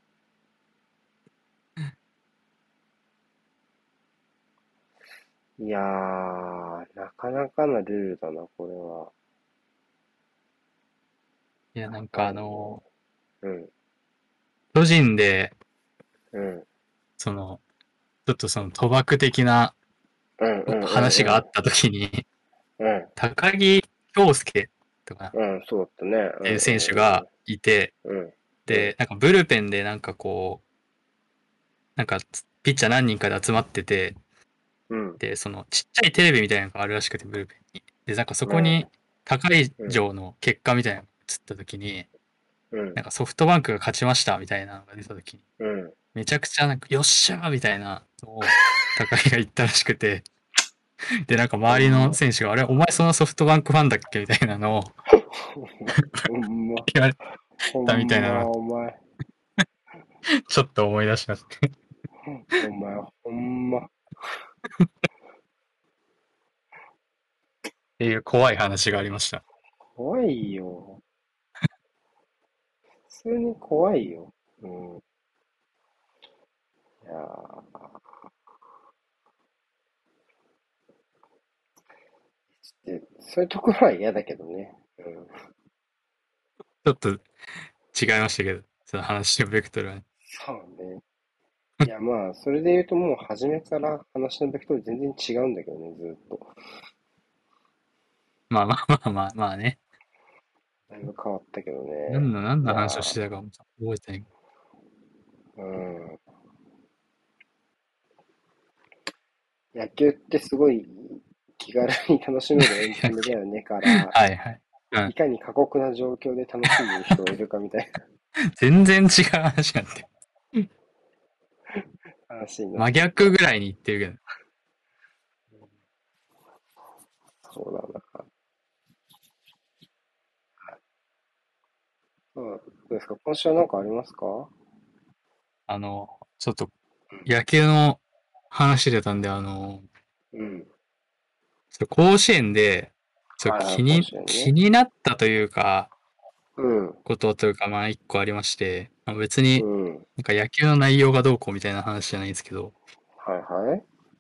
いやー、なかなかなルールだな、これは。 いや、 やなんかばいね。うん、 巨人で、 うん、 その、ちょっとその賭博的なうん、うん、 話があうん、 った時に、 うん、 高木京介とかっうん、そうだったね。うていう選手がん、 いて、 うん、うん、うん、 で、なんかブルペンでなんかこう、なんかピッチャー何人かで集まってて、 うん、 で、そのちっちゃいテレビみたいなのがあるらしくて、ブルペンに。で、なんかそうん、 こに高いうん、 城の結果みたいなのが映った時に、 うん、 なんかソフトバンクが勝ちましたみたいなのが出た時に、 うん。 めちゃくちゃなんかよっしゃーみたいなのを高木が言ったらしくて、で、なんか周りのほんま、 選手が、あれ、お前そのソフトバンクファンだっけみたいなのをほんま、 言われほたみたいんま、 なのをお前、 ちょっと思い出します。 お前、ほんま、 っていう怖い話がありました。 怖いよ。普通に怖いよ。うん。いやで、そういうところは嫌だけどね。うん。 ちょっと違いましたけど、その話のベクトルはね。 そうね。いや、まあ、それで言うともう初めから話のベクトル全然違うんだけどね、ずっと。 まあまあまあまあまあね。 だいぶ変わったけどね。 何のいや話をしてたかも覚えてない。 うん。野球ってすごい気軽に楽しめるエンタメだよねから、 はいはい。 うん。 いかに過酷な状況で楽しんでる人がいるかみたい全然違う話なんて。 な話になっ真ちゃうから。 逆ぐらいに言ってるけど。 そうなんだから。うん。どうですか今週は何かありますか？ ちょっと野球の話出たんで、 うん。 ちょっと甲子園で、 はいはい、甲子園ね。 気になったというか、 うん。 ことというか、まあ一個ありまして、まあ、別にうん。 なんか野球の内容がどうこうみたいな話じゃないんですけど、 はいはい。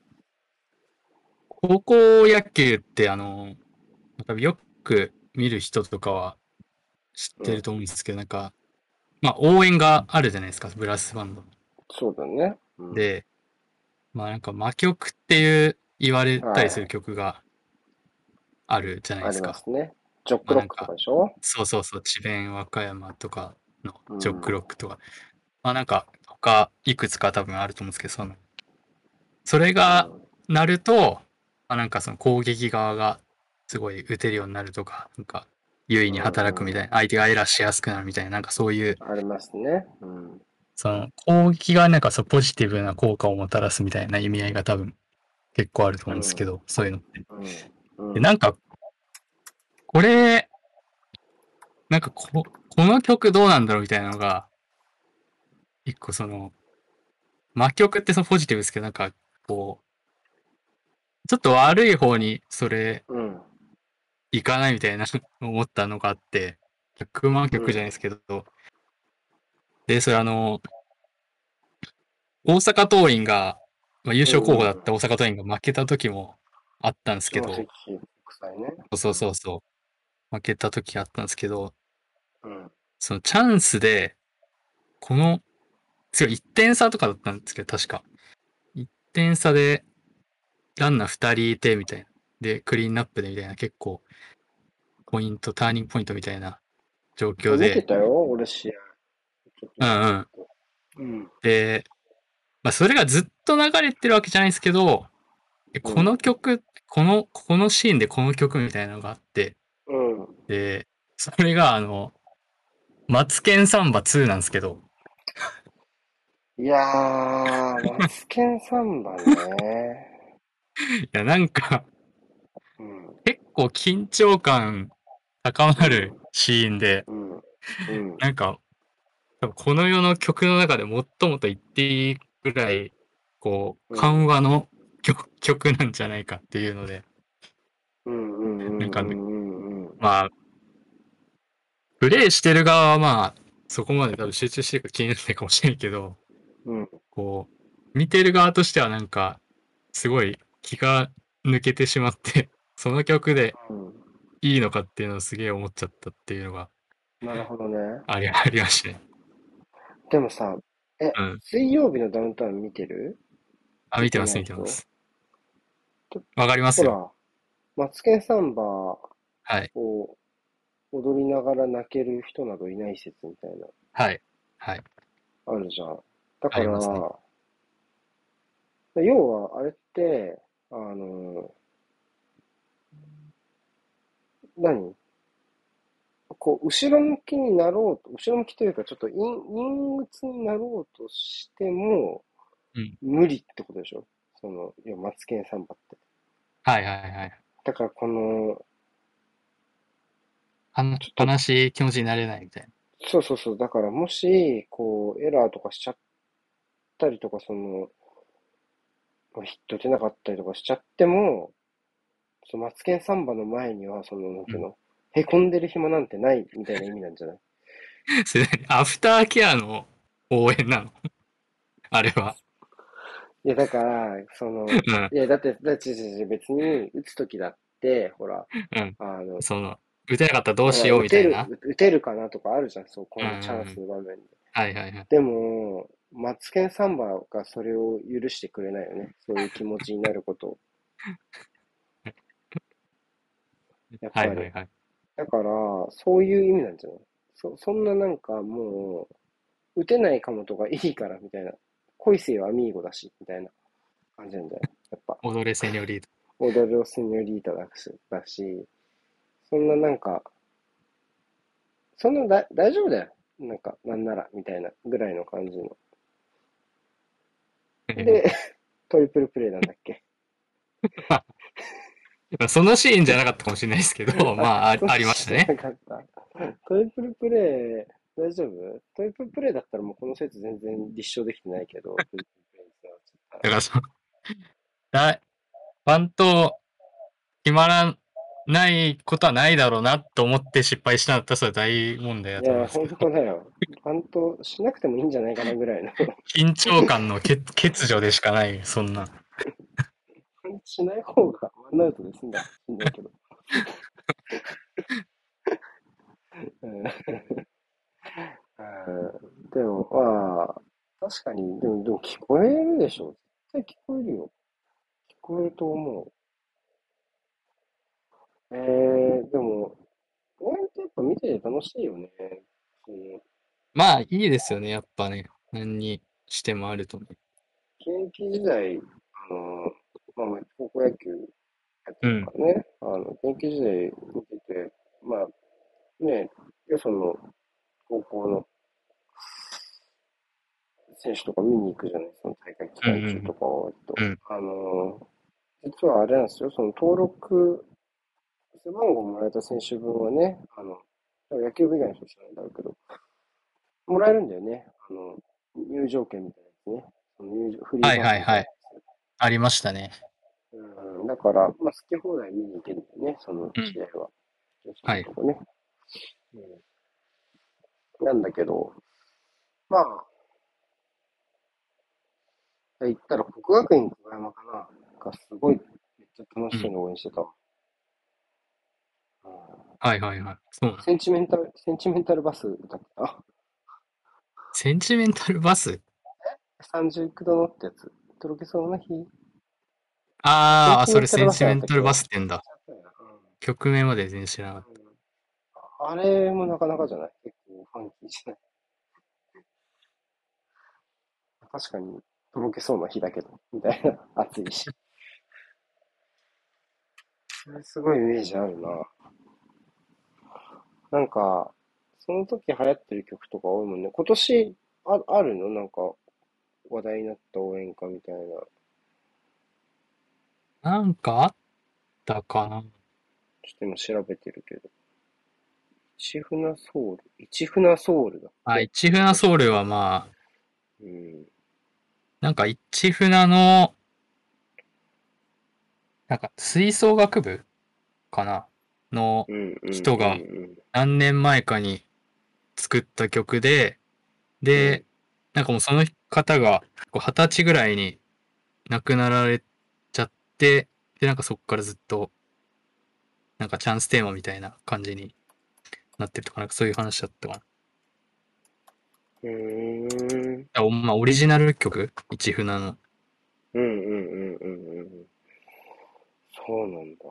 高校野球って多分よく見る人とかは知っうん。 てると思うんですけど、なんか、まあ応援があるじゃないですか、ブラスバンドの。 そうだね。うん。 で、まあなんか魔曲っていう言われたりするはい。 曲があるじゃないありですか。 ますね。ジョックロックとかまあなんか、 でしょ？ そうそうそう、智弁和歌山とかのジョッうん。 クロックとか、まあなんか他いくつか多分あると思うんですけど、それがうん。 鳴ると、まあなんかその攻撃側がすごい打てるようになるとか、なんか優位にうん働くみたいな、 うんうん。 相手がエラーしやすくなるみたいな、なんかそういう、 ありますね。うん。 その攻撃がなんかそうポジティブな効果をもたらすみたいな意味合いが多分結構あるとうん。 思うんですけど、そういうのって。 うん。 で、 うん。 なんかこれ、この曲どうなんだろうみたいなのが、一個魔曲ってそのポジティブですけど、なんかこちょっと悪い方にそれうん。 いかないみたいな思ったのがあって、100万うん。 曲じゃないですけど、で、それ大阪桐蔭が、まあ、優勝候補だうん。 った大阪桐蔭が負けた時もあったんですけ下関ど、 国際ね。 そうそうそう、負けた時あったんですけど、 うん。 そのチャンスで、この、強い1点差とかだったんですけど、確か。1点差で、ランナー2人いて、みたいな。で、クリーンナップでみたいな、結構、ターニングポイントみたいな状況見てで、 たよ、俺試合。ちょっとうんうん。 前だけど。うん。 で、まあ、それがずっと流れてるわけじゃないですけど、このうん。 曲、このシーンでこの曲みたいなのがあって、 うん。 で、それがマツケンサンバ2なんですけど、 いやー、マツケンサンバね。 いや、なんか、 うん。 結構緊張感高まるうん。 シーンで、 うん。うん。 なんか、多分この世の曲の中で最もと言っていいぐらい、 うん。 緩和の曲なんじゃないかっていうので、 うんうんうなんか、 んうんうん。 まあ、プレイしてる側はまあ、そこまで多分集中してるから気になってないかもしれないけど、 うん。 見てる側としてはなんか、すごい気が抜けてしまって、その曲でうん。 いいのかっていうのをすげえ思っちゃったっていうのがなるほどね。 ありましたね。 でもさ、 うん。 水曜日のダウンタウン見てる？ あ、 見て見てます、 ない人？ 見てます。わかりますよ。 ほら、マツケンサンバはい。 を踊りながら泣ける人などいない説みたいな、 はい。はい。 あるじゃん。だあから、 りますね。 要は、あれって、あの、何後ろ向きになろうと、後ろ向きというか、ちょっと陰鬱になろうとしても、 うん。 無理ってことでしょ？要はマツケンサンバって。 はいはいはい。 だから、ちょっと、 悲しい気持ちになれないみたいな。 そうそうそう、だからもし、エラーとかしちゃったりとか、ヒット出なかったりとかしちゃっても、マツケンサンバの前には、なんうん。 ていうの、へこんでる暇なんてないみたいな意味なんじゃない？ それアフターケアの応援なのあれは。 いや、だから、 うん。 いや、だって別に、打つときだって、ほら、 うん。 あの、 打てなかったらどうほら、 しようみたいな。 打てるかなとかあるじゃん、そう、こうんうのチャンスん。 の場面で。 はいはいはい。 でも、マツケンサンバがそれを許してくれないよね。そういう気持ちになることを。やっぱり。 はいはいはい。 だから、そういう意味なんじゃない？そんななんかもう、打てないかもとかいいからみたいな。恋せよアミーゴだし、みたいな感じなんだよ。やっぱ、 踊れセニョリータ。 踊るセニョリータだし、そんななんか、 そんな大丈夫だよ。なんか、なんなら、みたいなぐらいの感じの。で、トリプルプレイなんだっけ。 まあそのシーンじゃなかったかもしれないですけど、 あ、 まあ、ありましそっちじゃたね。 なかった。トリプルプレイ、大丈夫？トリプルプレイだったらもうこの説全然立証できてないけど、トリプルプレイにつながっちゃったら。 だからだバント決まらないことはないだろうなと思って失敗したんだったら、それは大問題だと思いいや、本ますけど、 当だよ。バントしなくてもいいんじゃないかなぐらいの。 緊張感の欠如でしかない、そんな。 バントしない方がワンアウトで済んだかもしんないけど。うん、でも、まあ、確かに、でも聞こえるでしょ。絶対聞こえるよ。聞こえると思う。でも、応援ってやっぱ見てて楽しいよね。そのまあ、いいですよね、やっぱね。何にしてもあるとね。 現役時代、まあ、高校野球やってたうん。 からね、現役時代見てて、まあね、よその高校の選手とか見に行くじゃない、その大会期うん間中とかは割と。 うん。うん。 実はあれなんですよ、その登録、背番号もらえた選手分はね、野球部以外の人知らないんだろうけど、もらえるんだよね。入場券みたいなやつね。そのフリーはいパスみたいなやはいはい。ありましたね。 つ。だから、まあ、好き放題見に行けるんだよね、そのうん。 試合は。よそはい。 のとこね。なんだけど、まあ、言ったら国学院久我山かな。がすごい、めっちゃ楽うん。 しそうに応援してたわ。 はいはいはい。そうなん。 センチメンタルバス歌ってた。 センチメンタルバス。 39度のってやつ。とろけそうな日。センああ、それチメンタルバスセンチメンタルバだったっけ？ スってんだ。 違ったよな。 曲名まで全然知らなかった。 あれもなかなかじゃない？結構ファンキーじゃない？確かに、とろけそうな日だけど、みたいな。暑いし。それすごいイメージあるな。なんか、その時流行ってる曲とか多いもんね。今年あるのなんか話題になった応援歌みたいな。 なんかあったかな。 ちょっと今調べてるけど。市船ソウル。市船ソウルだっあ、 て。 市船ソウルはまあ、 うん。 なんか市船の、なんか吹奏楽部かなのうんうん人がうん何年前かに作った曲で、 うん。うん。 で、なんかもうその方がこう20歳ぐらいに亡くなられちゃって、で、なんかそっからずっと、なんかチャンステーマみたいな感じになってるとか、なんかそういう話だったかな。 うーん。 まあ、オリジナル曲市船の。 うんうんうんうんうん。そうなんだ。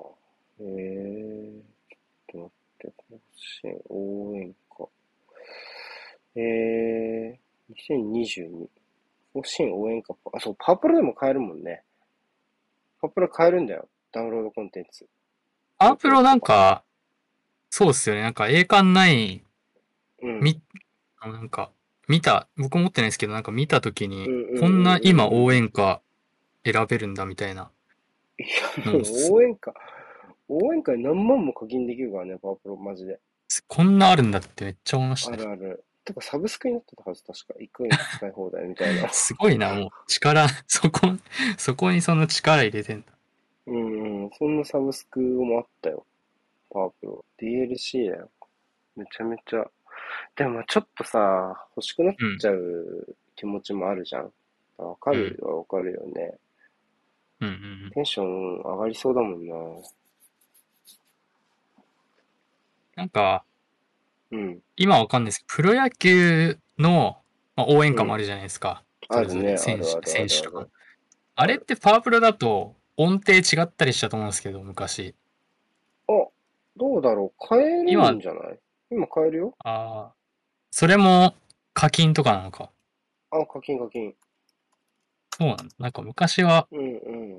ちょっと待って、甲子園応援歌。2022。甲子園応援歌。あ、そう、パープルでも買えるもんね。パープル買えるんだよ。ダウンロードコンテンツ。 アープロな録録とか。 んか、そうっすよね。なんか栄冠9、 うん。 み、なんか、僕持ってないですけど、なんか見たときに、 うんうんうんこんな今応うんうん。 援歌選べるんだみたいないや、ものをう応援歌何万も課金できるからね、パワープロ、マジで。 こんなあるんだってめっちゃ思いましあたね。 るある。てか、サブスクになってたはず、確か。1ヶ月使い放題みたいな。 すごいな、もうそこにその力入れてんだ。 うんうん。そんなサブスクもあったよ。パワープロ。DLC だよ。めちゃめちゃ。でも、ちょっとさ、欲しくなっうん、 ちゃう気持ちもあるじゃん。わかうん、 るはわかるよね。 うん、うん。 テンション上がりそうだもんな。 なんか、 うん。 今わかんないですけど、プロ野球の、まあ、応援うん。 歌もあるじゃないですか。それぞあるね。あれ選手、 るあるあ選手とか。 るある。 あれっある。 てパワープロだと音程違ったりしたと思うんですけど、昔。 あ、どうだろう。変えれる今、 んじゃない？今変えるよ。 ああ、それも課金とかなのか。 あ、課金課金。 そうなんだ。なんか昔はうんうん。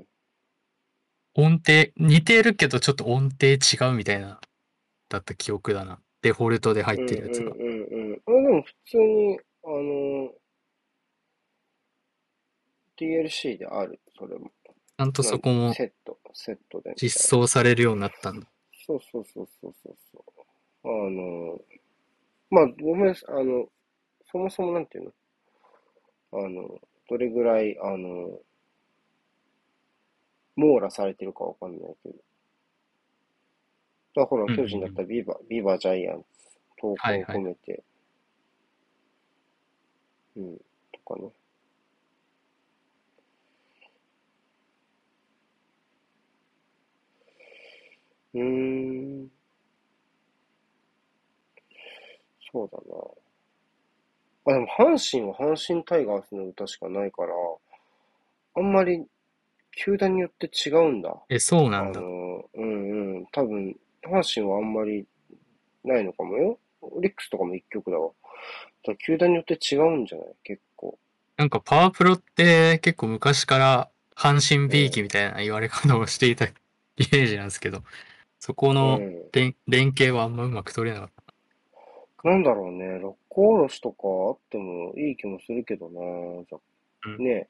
音程、似てるけどちょっと音程違うみたいな、だった記憶だな。 デフォルトで入っうんうんてるやつが。 うんうん。あ、でも普通に、DLC である、それも。 ちゃんとそこもセットでみたいな。 実装されるようになったんだ。 そうそうそうそうそうそう。まあ、ごめん、そもそもなんていうのどれぐらい、網羅されてるかわかんないけど。だから、 うんうん巨人だっうん。 たらビバジャイアンツ、投稿をはいはい。 込めて、うん、とかね。うーん、そうだな。あ、でも阪神は阪神タイガースの歌しかないから、あんまり球団によって違うんだ。 そうなんだ。 うんうん、多分、阪神はあんまりないのかもよ。オリックスとかも一曲だわ。だから球団によって違うんじゃない結構。 なんかパワープロって結構昔から阪神うん。 びいきみたいな言われ方をしていたイメージなんですけど、そこのうん。 連携はあんまうまく取れなかった。 なんだろうね。六甲おろしとかあってもいい気もするけどな。じゃ、 うん。 ね。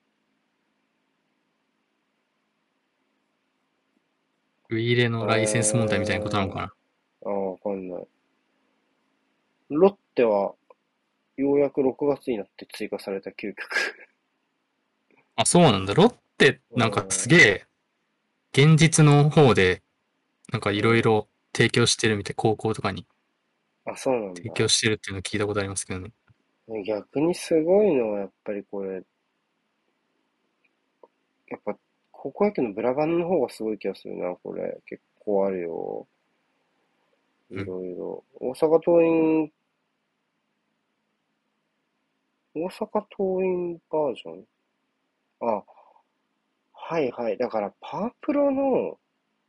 ウイイレのライセンス問題みたいなことなのかな。 わかんない。ロッテはようやく6月になって追加された9曲。 あ、そうなんだ。ロッテうなんかすん。 げえ現実の方でなんかいうん。 ろいろ提供してるみたい、高校とかにあ、そうなんだ。 提供してるっていうのを聞いたことありますけどね。 逆にすごいのはやっぱりこれ、やっぱ高校野球のブラバンの方がすごい気がするな、これ。結構あるよ。いうん。 ろいろ。大阪桐蔭バージョンあ、はいはい。だから、パワープロの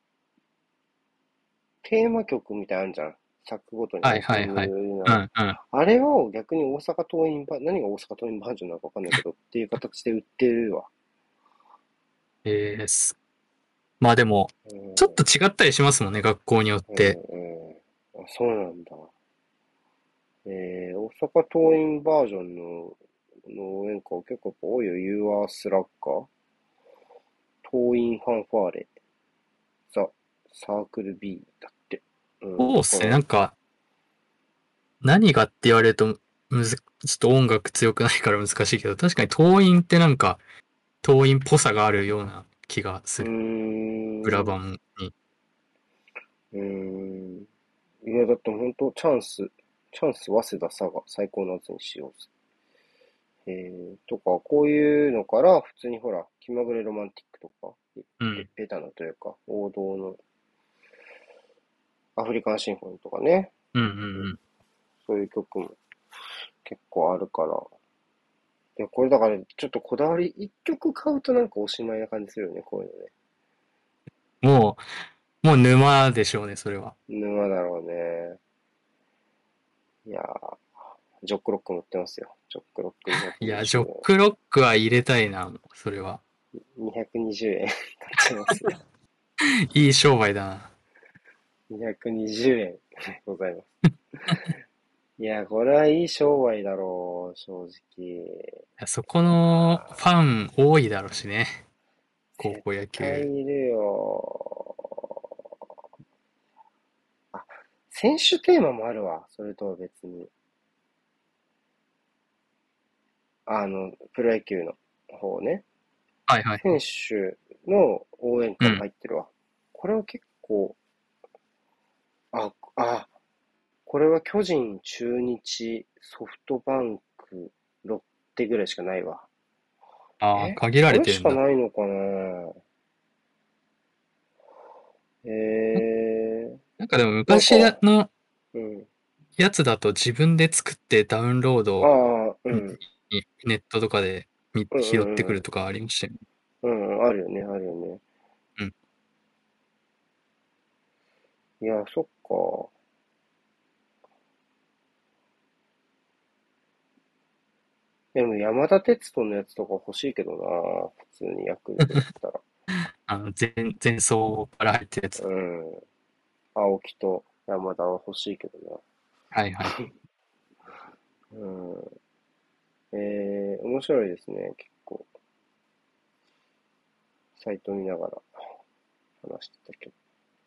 テーマ曲みたいなのあるじゃん。作ごとにはいオープニンはいはい。 グな。 うんうん。 あれを逆に大阪桐蔭何が大阪桐蔭バージョンなのかわかんないけど、っていう形で売ってるわ。 えーす。まあでも、 うん、 ちょっと違ったりしますもんね、学校によっうん、 て。 うん。あ、そうなんだ。大阪桐蔭バージョンの応援歌結構やっぱ多いよ。You are Slugger、桐蔭ファンファーレ、ザ・サークル B だって。うん、 そうっすね。 だから、 なんか、何がって言われると、ちょっと音楽強くないから難しいけど、確かに党員ってなんか、党員っぽさがあるような気がうーする。ブラん、うバンに。 ーん。いや、だって本当チャンス、早稲田、佐賀、最高のやつにしようぜ。とか、こういうのから、普通にほら、気まぐれロマンティックとか、 うん。 ベタなというか、王道のアフリカンシンフォニーとかね、 うんうんうん、 うん。 そういう曲も結構あるから。で、これだから、ちょっとこだわり、一曲買うとなんかおしまいな感じするよね、こういうのね。 ももう沼でしょうね、それは。 沼だろうね。いやー、ジョックロックも売ってますよ。ジョックロックいや、ジ 220 ョックロックは入れたいな、それは。 円。220円買っちゃいますよ。 いい商売だな。 220円でございます。いや、これはいい商売だろう、正直。 いやそこのファン多いだろうしね。高絶校野対球。 いるよ。あ、選手テーマもあるわ。それとは別に。プロ野球の方ね。選はいはいはい。 手の応援歌もうん。 入ってるわ。これは結構、これは巨人、中日、ソフトバンク、ロッテぐらいしかないわ。 ああ、限らこれしかれてるんだ。 ないのかな。えなんかでもなんか、 昔のうん。 やつだと自分で作ってダウンローあドあ、うん。 にネットとかでうんう拾ってくんうん。 るとかありましたよね。 うん、あるよね、あるよね。 うん。 いや、そっか。でも山田哲人のやつとか欲しいけどな。普通にヤクルトだったら。 前奏から入ってるやつ。 うん。青木と山田は欲しいけどな。 はいはい。 うん。面白いですね。結構、サイト見ながら話してたけど。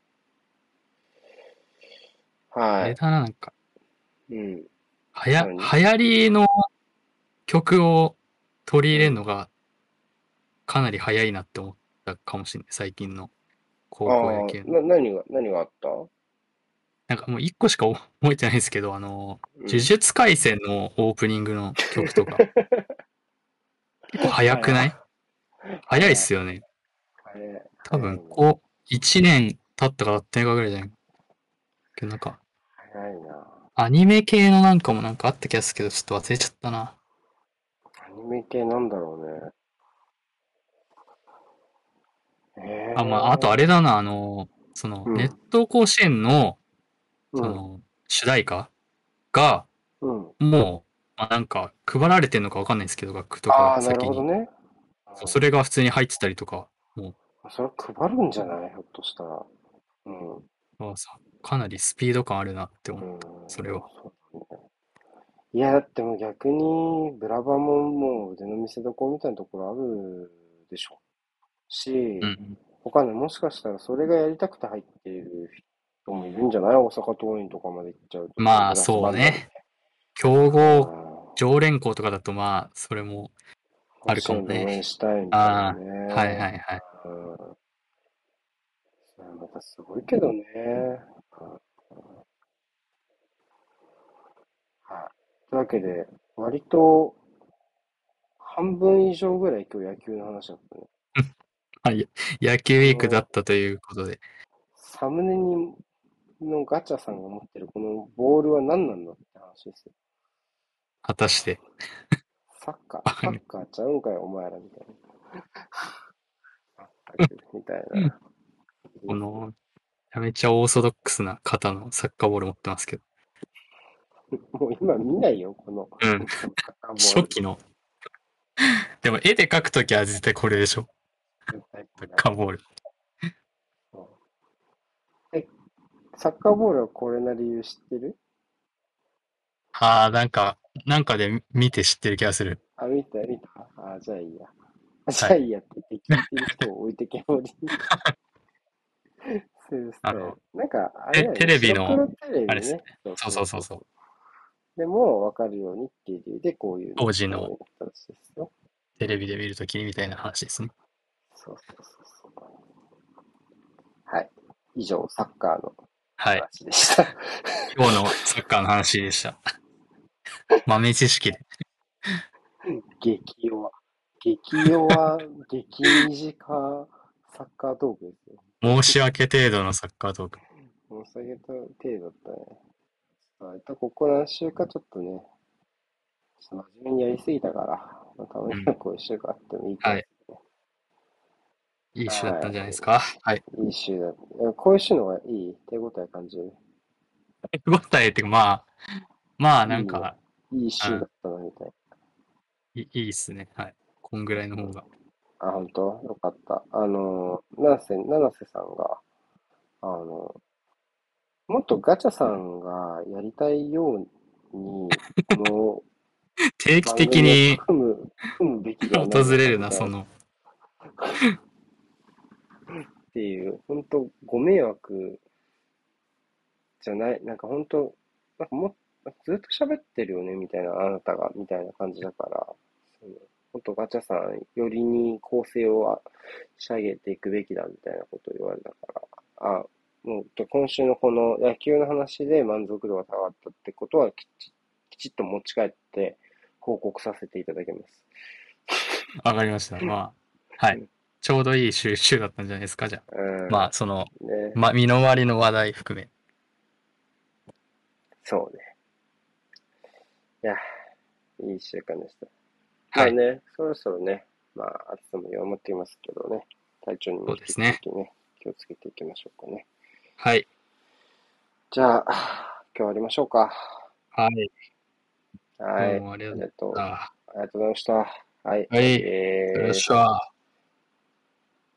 はい。 あれだな、なんか、 うん。何？ 流行りの曲を取りうん。 入れるのがかなり早いなって思ったかもしれない。最近の高校野ああ、 球の。 何があった？ なんかもう一個しか覚えてないんですけど、呪うん。 術廻戦のオープニングの曲とか、結構早くない？早いっ早い。 すよね。多早いな。 分、こう、1年経ったか経ってないかぐらいじゃないけど、なんか、 早いな。 アニメ系のなんかもなんかあった気がするけど、ちょっと忘れちゃったな。 アニメ系なんだろうね。 あ、まあ、あとあれええだな、ネッうん。 ト甲子園の、 うん。 主題歌が、 うん。 もう、まあ、なんか、配られてんのかわかんないですけど、楽譜とかああ、なるが先に。 ほどね。 そう、それが普通に入ってたりとか、もそれ配るんじゃないひょっとしたら。うん。うん。 う、かなりスピード感あるなって思った。それは。 そうね。いや、だってもう逆に、ブラバももう腕の見せ所みたいなところあるでしょ。し、 うん。 わかんない。もしかしたらそれがやりたくて入っている人もいるんじゃない？大阪桐蔭とかまで行っちゃうと、そのまあ、 ブラスバンドで。 そうね。強う豪ん。 常連校とかだと、まあ、それもある甲子かもね。 園で応援したいみたいなああ、はいね。 はいはい。 うん。それまたすごいけどね。はい。というわけで、割と半分以上ぐらい今日野球の話だったね。 はい。野球ウィークだっこのたということで、 サムネのガチャさんが持ってるこのボールは何なんだって話ですよ。 果たして、 サッカーちゃうんかよ、お前らみたいな。全く、みたいな。いいですね。 この、めちゃめちゃオーソドックスな型のサッカーボール持ってますけど。 もう今見ないよ、このうん。 サッカーボール。 初期の。でも絵で描くときは絶対これでしょ。 絶対こサッれだね。 カーボール。 そうえ、サッカーボールはこれな理由知ってる？ ああ、なんかで見て知ってる気がする。 あ、見た。あ、じゃあいいや。じはい。 ゃあいいやって言って聞いてる人を置いてけぼりにするスタイル。なんか、あれだよテね。 レビの、 白黒テレあれですね。 ビね。そうそうそうそうそう。 そうそうそう。 でも、わかるようにっていう理由で、こういうね、 当時の名前になったらしいですよ。 テレビで見るときにみたいな話ですね。 そうそうそうそう。はい。以上、サッカーのはい。 話でした。 今日のサッカーの話でした。豆知識で。 激弱。激弱、激短サッカートークですよ。 申し訳程度のサッカートーク。 申し上げた程度だったね。ここ何週かちょっとね、ちょっと真面目にやりすぎたから、たまうん。 にはこういう週があってもいいかもしはい。いいれない。 週だったんじゃないですはか。はい。 い。いい週だ。こういう週の方がいい？手応え感じる？ 手応えっていうか、まあいいね。 なんか、 いいうん、 週だったな、みたいいいっすね。はい。こんぐらいの方が。 な。あ、本当よかった。七瀬さんが、もっとガチャさんがやりたいように、この定期番組を的に組むべきではないのか、 訪れるな、 みたいな、っその、 ていう、本当ご迷惑じゃない、なんか本当なんかずっと喋ってるよね、みたいな、あなたが、みたいな感じだから、その本当ガチャさん、よりに構成を仕上げていくべきだ、みたいなことを言われたから、もう今週のこの野球の話で満足度が下がったってことはきちっと持ち帰って報告させていただきます。 わかりました。まあ、はい。 うん。 ちょうどいい週だったんじゃないですか、じゃあ。まあ、 ね。 身の回りの話題含め。 そうね。いや、いい習慣でした。まはい。 あね、そろそろね、まあ暑さも弱まっていますけどね、体調にも引きそうですね。 続きね、気をつけていきましょうかね。 はい。 じゃあ、今日は終わりましょうか。 はい。どうはい。 もありがとうありがとう。 ございました。 ありがとうございました。はい、終わりはい。よっでーす。 しゃ。